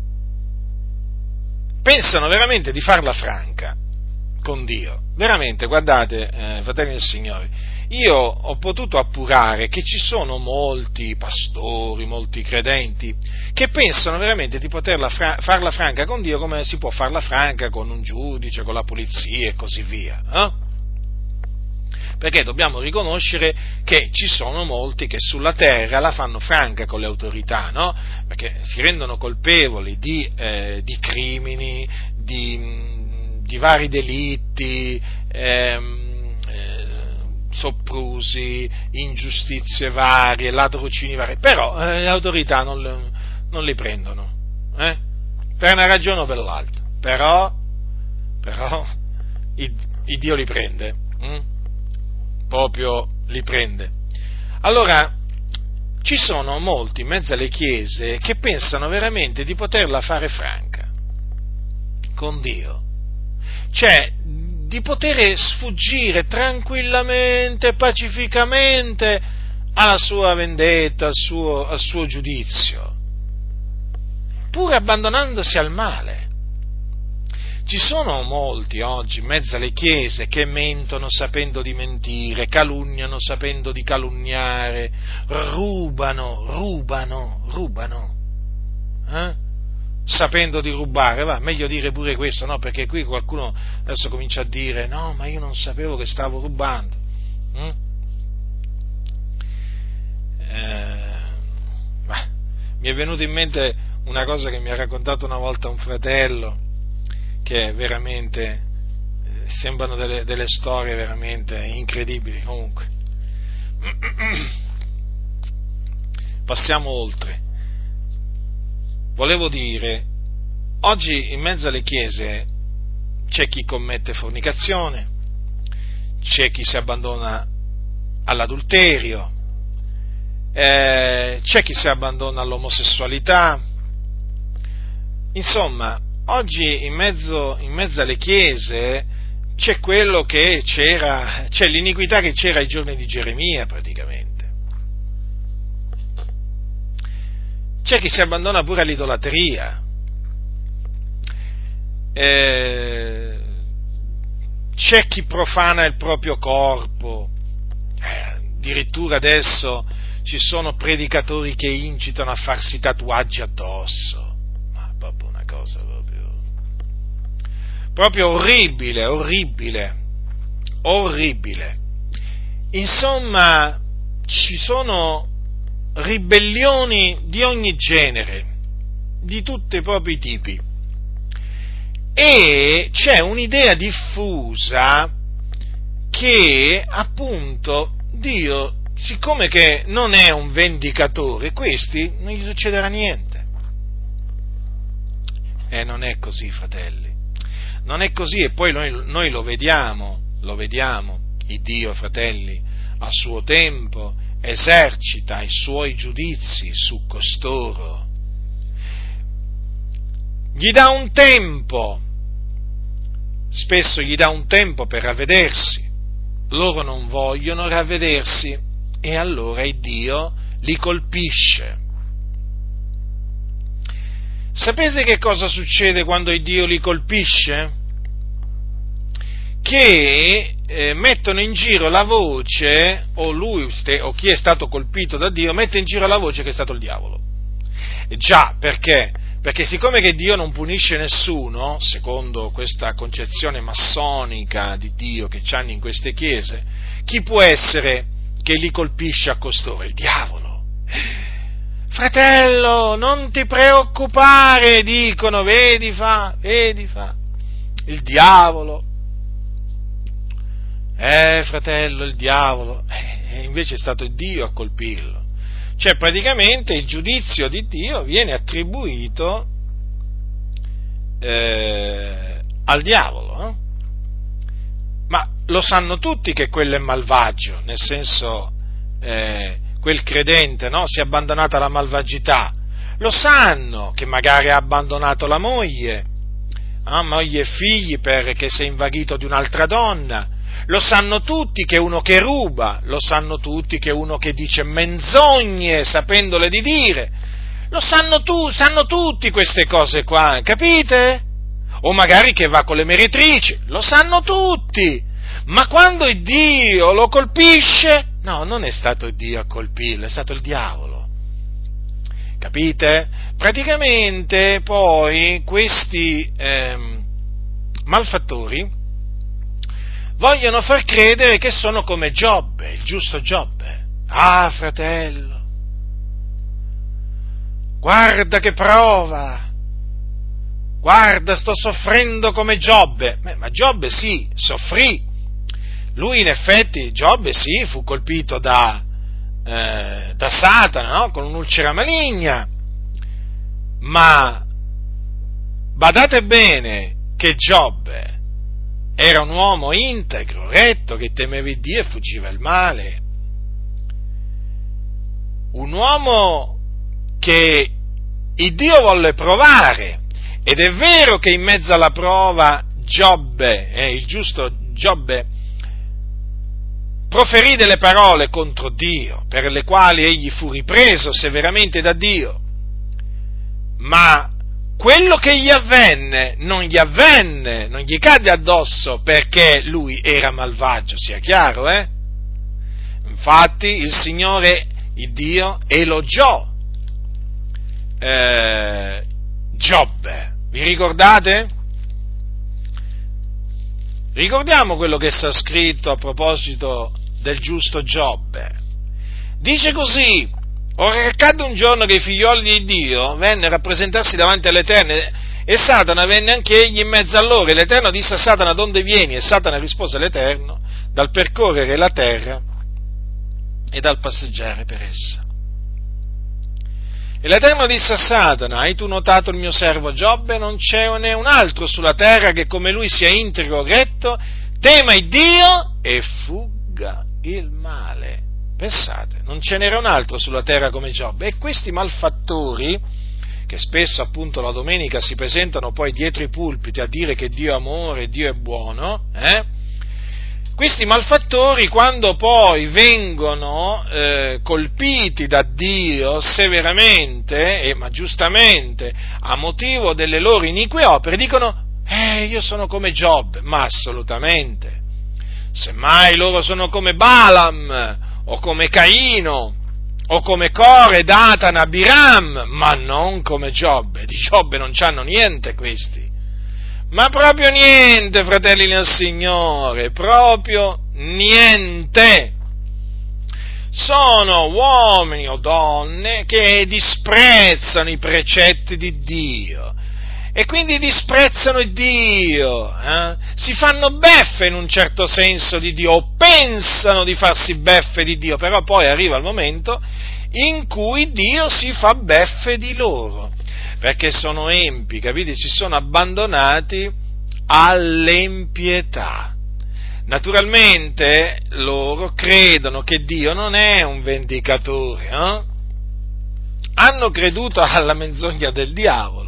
pensano veramente di farla franca con Dio. Veramente, guardate, eh, fratelli del Signore, io ho potuto appurare che ci sono molti pastori, molti credenti, che pensano veramente di poterla fra- farla franca con Dio come si può farla franca con un giudice, con la polizia e così via. Eh? Perché dobbiamo riconoscere che ci sono molti che sulla terra la fanno franca con le autorità, no? Perché si rendono colpevoli di, eh, di crimini, di, di vari delitti, ehm, eh, soprusi, ingiustizie varie, ladrocini vari, però eh, le autorità non, le, non li prendono, eh? Per una ragione o per l'altra, però, però il, il Dio li prende, hm? proprio li prende. Allora, ci sono molti in mezzo alle chiese che pensano veramente di poterla fare franca con Dio, cioè di poter sfuggire tranquillamente, pacificamente alla sua vendetta, al suo, al suo giudizio, pur abbandonandosi al male. Ci sono molti oggi in mezzo alle chiese che mentono sapendo di mentire, calunniano sapendo di calunniare, rubano, rubano, rubano, eh? sapendo di rubare, va, meglio dire pure questo, no? Perché qui qualcuno adesso comincia a dire, no, ma io non sapevo che stavo rubando. Hm? Eh, ma, mi è venuto in mente una cosa che mi ha raccontato una volta un fratello, che veramente eh, sembrano delle, delle storie veramente incredibili. Comunque passiamo oltre. Volevo dire, oggi in mezzo alle chiese c'è chi commette fornicazione, c'è chi si abbandona all'adulterio, eh, c'è chi si abbandona all'omosessualità, insomma. Oggi in mezzo, in mezzo alle chiese c'è quello che c'era, c'è l'iniquità che c'era ai giorni di Geremia praticamente. C'è chi si abbandona pure all'idolatria. Eh, c'è chi profana il proprio corpo. Eh, addirittura adesso ci sono predicatori che incitano a farsi tatuaggi addosso. Ma proprio una cosa proprio. Proprio orribile, orribile, orribile. Insomma, ci sono ribellioni di ogni genere, di tutti i propri tipi, e c'è un'idea diffusa che appunto Dio, siccome che non è un vendicatore, questi non gli succederà niente. E non è così, fratelli, non è così, e poi noi, noi lo vediamo, lo vediamo, il Dio, fratelli, a suo tempo esercita i suoi giudizi su costoro, gli dà un tempo, spesso gli dà un tempo per ravvedersi, loro non vogliono ravvedersi e allora il Dio li colpisce. Sapete che cosa succede quando il Dio li colpisce? Che eh, mettono in giro la voce, o lui o chi è stato colpito da Dio mette in giro la voce che è stato il diavolo. E già, perché? Perché siccome che Dio non punisce nessuno, secondo questa concezione massonica di Dio che hanno in queste chiese, chi può essere che li colpisce a costoro? Il diavolo. Fratello, non ti preoccupare, dicono, vedi fa, vedi fa, il diavolo. Eh, fratello, il diavolo, eh, invece è stato Dio a colpirlo. Cioè, praticamente il giudizio di Dio viene attribuito eh, al diavolo, eh? Ma lo sanno tutti che quello è malvagio, nel senso, eh, quel credente, no, si è abbandonato alla malvagità. Lo sanno che magari ha abbandonato la moglie, eh, moglie e figli perché si è invaghito di un'altra donna. Lo sanno tutti che è uno che ruba, lo sanno tutti che è uno che dice menzogne sapendole di dire, lo sanno tu, sanno tutti queste cose qua, capite? O magari che va con le meretrici, lo sanno tutti, ma quando il Dio lo colpisce, no, non è stato Dio a colpirlo, è stato il diavolo, capite? Praticamente poi questi ehm, malfattori vogliono far credere che sono come Giobbe, il giusto Giobbe. Ah, fratello, guarda che prova, guarda, sto soffrendo come Giobbe. Ma Giobbe sì, soffrì. Lui in effetti, Giobbe sì, fu colpito da, eh, da Satana, no? Con un'ulcera maligna. Ma badate bene che Giobbe era un uomo integro, retto, che temeva il Dio e fuggiva il male. Un uomo che il Dio volle provare, ed è vero che in mezzo alla prova Giobbe, eh, il giusto Giobbe, proferì delle parole contro Dio, per le quali egli fu ripreso severamente da Dio, ma quello che gli avvenne non gli avvenne, non gli cadde addosso perché lui era malvagio, sia chiaro, eh? Infatti il Signore, il Dio, elogiò eh, Giobbe, vi ricordate? Ricordiamo quello che sta scritto a proposito del giusto Giobbe. Dice così: ora accadde un giorno che i figlioli di Dio vennero a presentarsi davanti all'Eterno, e Satana venne anche egli in mezzo a loro, e l'Eterno disse a Satana: donde vieni? E Satana rispose all'Eterno: dal percorrere la terra e dal passeggiare per essa. E l'Eterno disse a Satana: hai tu notato il mio servo Giobbe? Non c'è né un altro sulla terra che come lui sia integro, retto, tema il Dio e fugga il male. Pensate, non ce n'era un altro sulla terra come Giobbe. E questi malfattori, che spesso appunto la domenica si presentano poi dietro i pulpiti a dire che Dio è amore, Dio è buono, eh? Questi malfattori, quando poi vengono eh, colpiti da Dio severamente, e, ma giustamente, a motivo delle loro inique opere, dicono: eh, io sono come Giobbe. Ma assolutamente. Semmai loro sono come Balaam, o come Caino, o come Core, Datana, Abiram, ma non come Giobbe. Di Giobbe non c'hanno niente questi. Ma proprio niente, fratelli nel Signore, proprio niente. sono uomini o donne che disprezzano i precetti di Dio e quindi disprezzano Dio, eh? si fanno beffe in un certo senso di Dio, o pensano di farsi beffe di Dio, però poi arriva il momento in cui Dio si fa beffe di loro, perché sono empi, capite? Si sono abbandonati all'empietà. Naturalmente loro credono che Dio non è un vendicatore, eh? Hanno creduto alla menzogna del diavolo.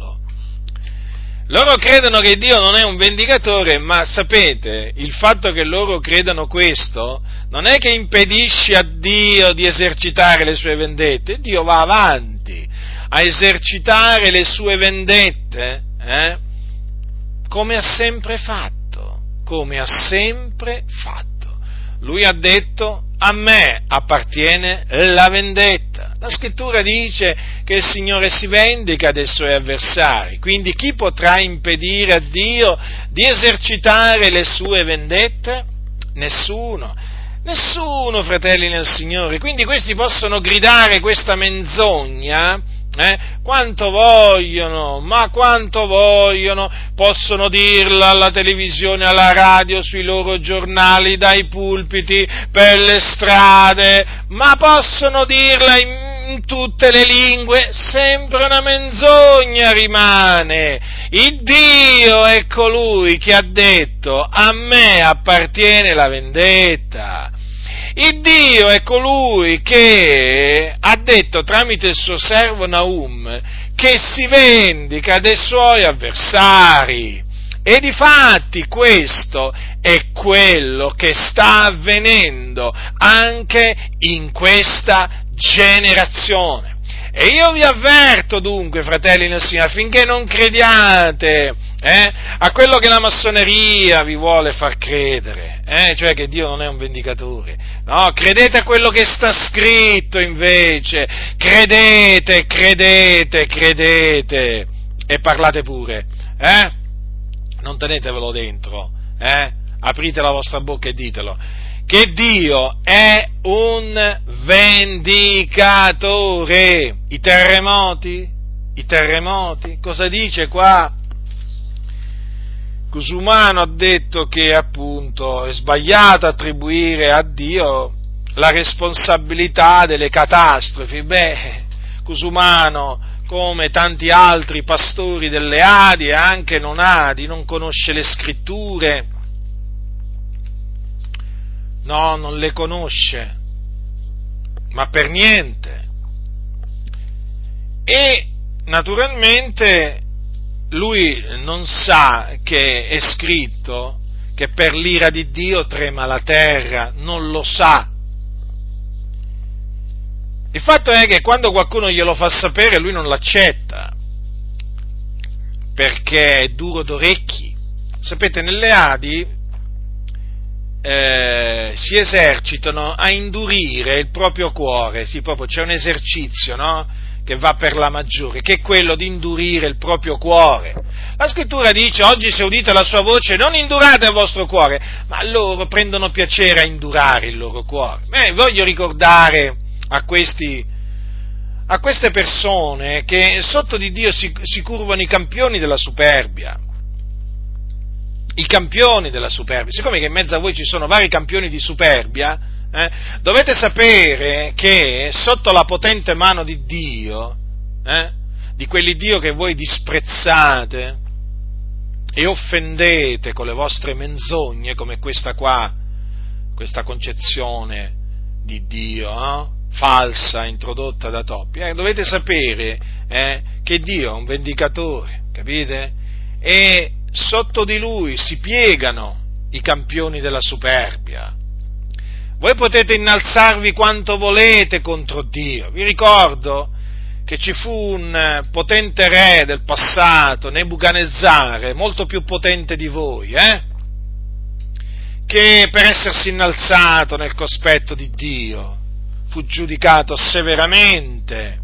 Loro credono che Dio non è un vendicatore, ma sapete, il fatto che loro credano questo non è che impedisce a Dio di esercitare le sue vendette. Dio va avanti a esercitare le sue vendette, eh? come ha sempre fatto, come ha sempre fatto. Lui ha detto: a me appartiene la vendetta. La scrittura dice che il Signore si vendica dei suoi avversari, quindi chi potrà impedire a Dio di esercitare le sue vendette? Nessuno, nessuno, fratelli nel Signore. Quindi questi possono gridare questa menzogna Eh, quanto vogliono, ma quanto vogliono, possono dirla alla televisione, alla radio, sui loro giornali, dai pulpiti, per le strade, ma possono dirla in, in tutte le lingue, sempre una menzogna rimane. Il Dio è colui che ha detto: a me appartiene la vendetta. Il Dio è colui che ha detto tramite il suo servo Naum che si vendica dei suoi avversari. E difatti questo è quello che sta avvenendo anche in questa generazione. E io vi avverto dunque, fratelli nel Signore, affinché non crediate eh, a quello che la massoneria vi vuole far credere, eh, cioè che Dio non è un vendicatore. No, credete a quello che sta scritto invece, credete, credete, credete, e parlate pure, eh? Non tenetevelo dentro, eh? Aprite la vostra bocca e ditelo, che Dio è un vendicatore. I terremoti, i terremoti, cosa dice qua? Cusumano ha detto che appunto è sbagliato attribuire a Dio la responsabilità delle catastrofi. Beh, Cusumano, come tanti altri pastori delle Adi e anche non Adi, non conosce le scritture, no, non le conosce, ma per niente. E naturalmente lui non sa che è scritto che per l'ira di Dio trema la terra, non lo sa. Il fatto è che quando qualcuno glielo fa sapere lui non l'accetta, perché è duro d'orecchi. Sapete, nelle Adi eh, si esercitano a indurire il proprio cuore, sì, proprio c'è un esercizio, no? Che va per la maggiore, che è quello di indurire il proprio cuore. La scrittura dice: oggi se udite la sua voce non indurate il vostro cuore, ma loro prendono piacere a indurare il loro cuore. Beh, voglio ricordare a questi, a queste persone che sotto di Dio si, si curvano i campioni della superbia, i campioni della superbia, siccome che in mezzo a voi ci sono vari campioni di superbia, Eh, dovete sapere che sotto la potente mano di Dio, eh, di quell'Iddio che voi disprezzate e offendete con le vostre menzogne, come questa qua, questa concezione di Dio, eh, falsa, introdotta da Toppi, eh, dovete sapere eh, che Dio è un vendicatore, capite? E sotto di Lui si piegano i campioni della superbia. Voi potete innalzarvi quanto volete contro Dio. Vi ricordo che ci fu un potente re del passato, Nebuchadnezzare, molto più potente di voi, eh? che per essersi innalzato nel cospetto di Dio fu giudicato severamente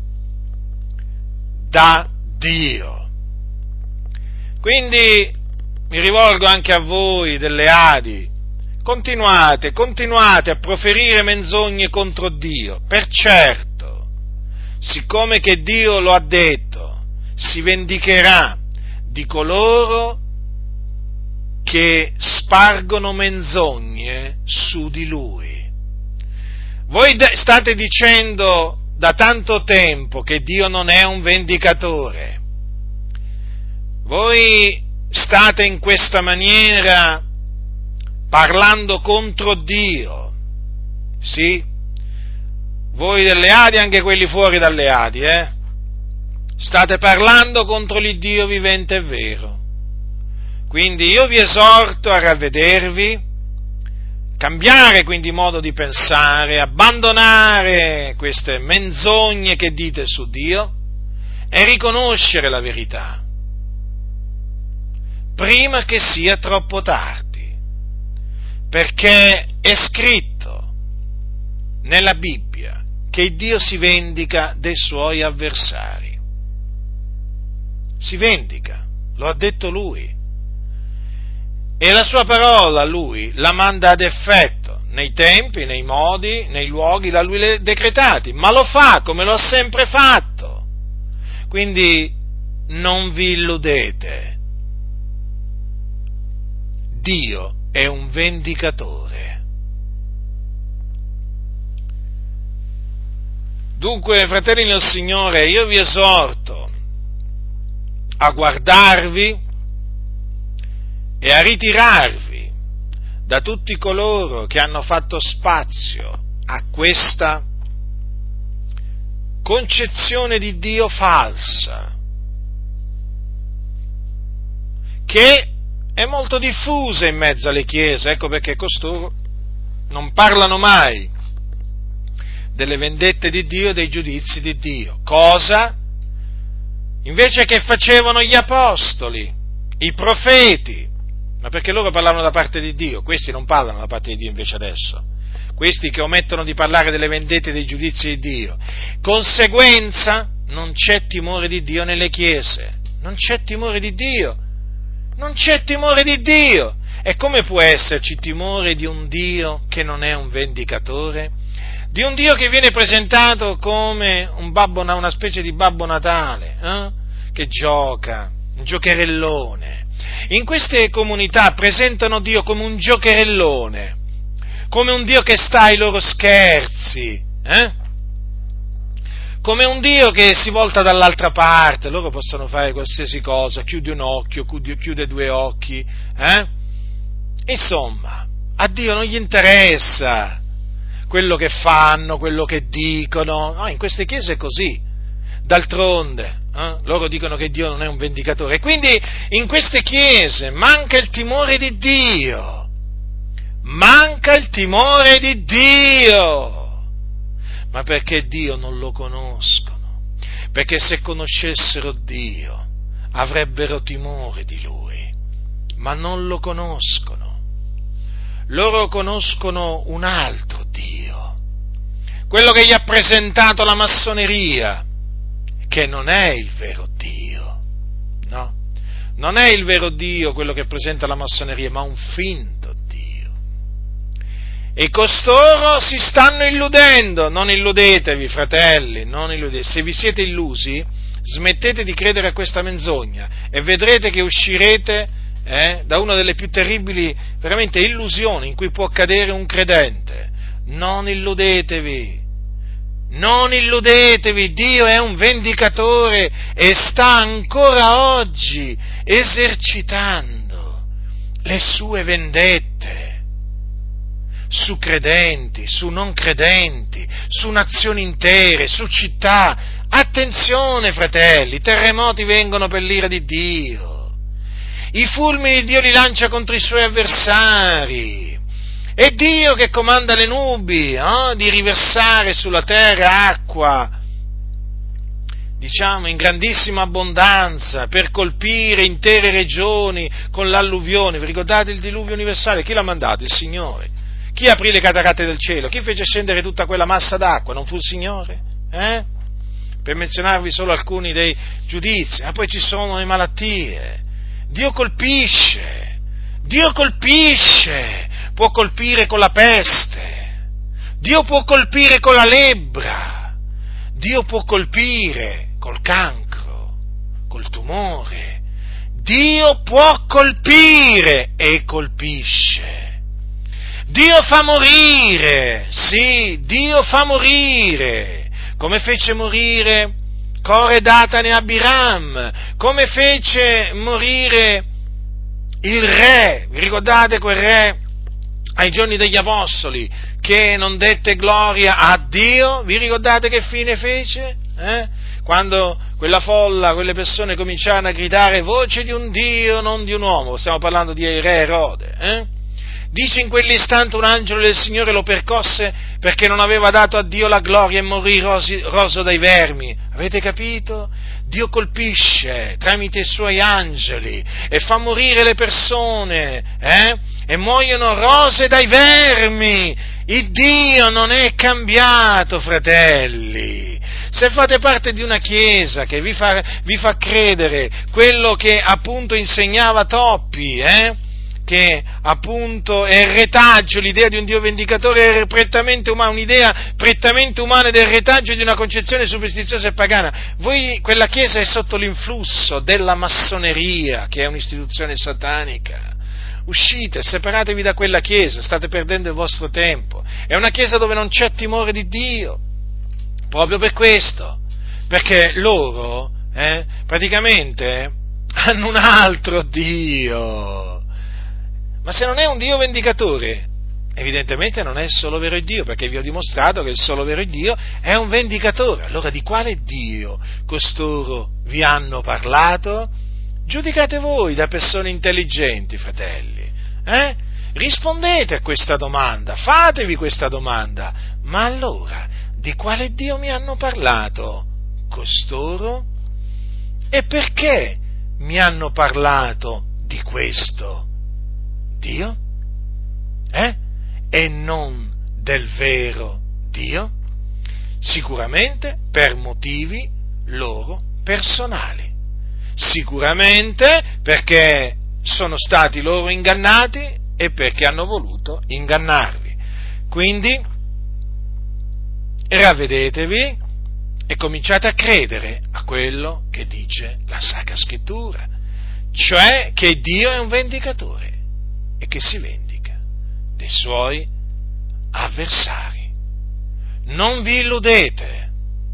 da Dio. Quindi mi rivolgo anche a voi delle Adi: continuate, continuate a proferire menzogne contro Dio, per certo, siccome che Dio lo ha detto, si vendicherà di coloro che spargono menzogne su di Lui. Voi state dicendo da tanto tempo che Dio non è un vendicatore. Voi state in questa maniera parlando contro Dio, sì? Voi delle Adi, anche quelli fuori dalle Adi, eh? State parlando contro l'Iddio vivente e vero. Quindi io vi esorto a ravvedervi, cambiare quindi modo di pensare, abbandonare queste menzogne che dite su Dio e riconoscere la verità, prima che sia troppo tardi, perché è scritto nella Bibbia che Dio si vendica dei suoi avversari. Si vendica, lo ha detto Lui. E la sua parola Lui la manda ad effetto, nei tempi, nei modi, nei luoghi da Lui decretati, ma lo fa come lo ha sempre fatto. Quindi non vi illudete. Dio è un vendicatore. Dunque, fratelli nel Signore, io vi esorto a guardarvi e a ritirarvi da tutti coloro che hanno fatto spazio a questa concezione di Dio falsa, che è molto diffusa in mezzo alle chiese. Ecco perché costoro non parlano mai delle vendette di Dio e dei giudizi di Dio, cosa invece che facevano gli apostoli, i profeti. Ma perché loro parlavano da parte di Dio, questi non parlano da parte di Dio invece adesso, questi che omettono di parlare delle vendette e dei giudizi di Dio. Conseguenza, non c'è timore di Dio nelle chiese, non c'è timore di Dio, non c'è timore di Dio. E come può esserci timore di un Dio che non è un vendicatore? Di un Dio che viene presentato come un babbo, una specie di Babbo Natale, eh? che gioca, un giocherellone. In queste comunità presentano Dio come un giocherellone, come un Dio che sta ai loro scherzi, eh? come un Dio che si volta dall'altra parte. Loro possono fare qualsiasi cosa, chiude un occhio, chiude due occhi, eh? Insomma, a Dio non gli interessa quello che fanno, quello che dicono. No, in queste chiese è così. D'altronde, eh, loro dicono che Dio non è un vendicatore, e quindi in queste chiese manca il timore di Dio, manca il timore di Dio, ma perché Dio non lo conoscono, perché se conoscessero Dio avrebbero timore di Lui, ma non lo conoscono, loro conoscono un altro Dio, quello che gli ha presentato la massoneria, che non è il vero Dio, no? Non è il vero Dio quello che presenta la massoneria, ma un finto Dio. E costoro si stanno illudendo. Non illudetevi, fratelli, non illudetevi. Se vi siete illusi, smettete di credere a questa menzogna e vedrete che uscirete eh, da una delle più terribili, veramente, illusioni in cui può cadere un credente. Non illudetevi. Non illudetevi, Dio è un vendicatore e sta ancora oggi esercitando le sue vendette su credenti, su non credenti, su nazioni intere, su città. Attenzione, fratelli, i terremoti vengono per l'ira di Dio, i fulmini Dio li lancia contro i suoi avversari. È Dio che comanda le nubi, eh, di riversare sulla terra acqua, diciamo, in grandissima abbondanza, per colpire intere regioni con l'alluvione. Vi ricordate il diluvio universale? Chi l'ha mandato? Il Signore. Chi aprì le cataratte del cielo? Chi fece scendere tutta quella massa d'acqua? Non fu il Signore? Eh? Per menzionarvi solo alcuni dei giudizi. Ma poi ci sono le malattie. Dio colpisce. Dio colpisce, può colpire con la peste, Dio può colpire con la lebbra, Dio può colpire col cancro, col tumore, Dio può colpire e colpisce. Dio fa morire, sì, Dio fa morire, come fece morire Core, Datane e Abiram, come fece morire il re, vi ricordate quel re ai giorni degli Apostoli che non dette gloria a Dio? Vi ricordate che fine fece? Eh? Quando quella folla, quelle persone cominciarono a gridare voce di un Dio, non di un uomo, stiamo parlando di re Erode, eh? Dice in quell'istante un angelo del Signore lo percosse perché non aveva dato a Dio la gloria e morì rosi, roso dai vermi. Avete capito? Dio colpisce tramite i suoi angeli e fa morire le persone, eh? E muoiono rose dai vermi. Il Dio non è cambiato, fratelli. Se fate parte di una chiesa che vi fa, vi fa credere quello che appunto insegnava Toppi, eh? che appunto è il retaggio, l'idea di un Dio vendicatore è prettamente umana, un'idea prettamente umana ed è il retaggio di una concezione superstiziosa e pagana. Voi, quella chiesa è sotto l'influsso della massoneria, che è un'istituzione satanica. Uscite, separatevi da quella chiesa, state perdendo il vostro tempo. È una chiesa dove non c'è timore di Dio, proprio per questo, perché loro eh, praticamente hanno un altro Dio. Ma se non è un Dio vendicatore, evidentemente non è il solo vero Dio, perché vi ho dimostrato che il solo vero Dio è un vendicatore. Allora di quale Dio costoro vi hanno parlato? Giudicate voi da persone intelligenti, fratelli. Eh? Rispondete a questa domanda, fatevi questa domanda. Ma allora, di quale Dio mi hanno parlato costoro? E perché mi hanno parlato di questo Dio? Eh? E non del vero Dio? Sicuramente per motivi loro personali. Sicuramente perché sono stati loro ingannati e perché hanno voluto ingannarvi. Quindi ravvedetevi e cominciate a credere a quello che dice la Sacra Scrittura, cioè che Dio è un vendicatore e che si vendica dei suoi avversari. Non vi illudete,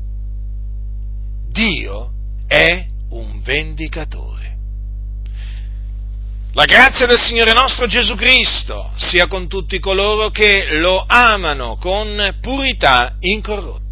Dio è un vendicatore. La grazia del Signore nostro Gesù Cristo sia con tutti coloro che lo amano con purità incorrotta.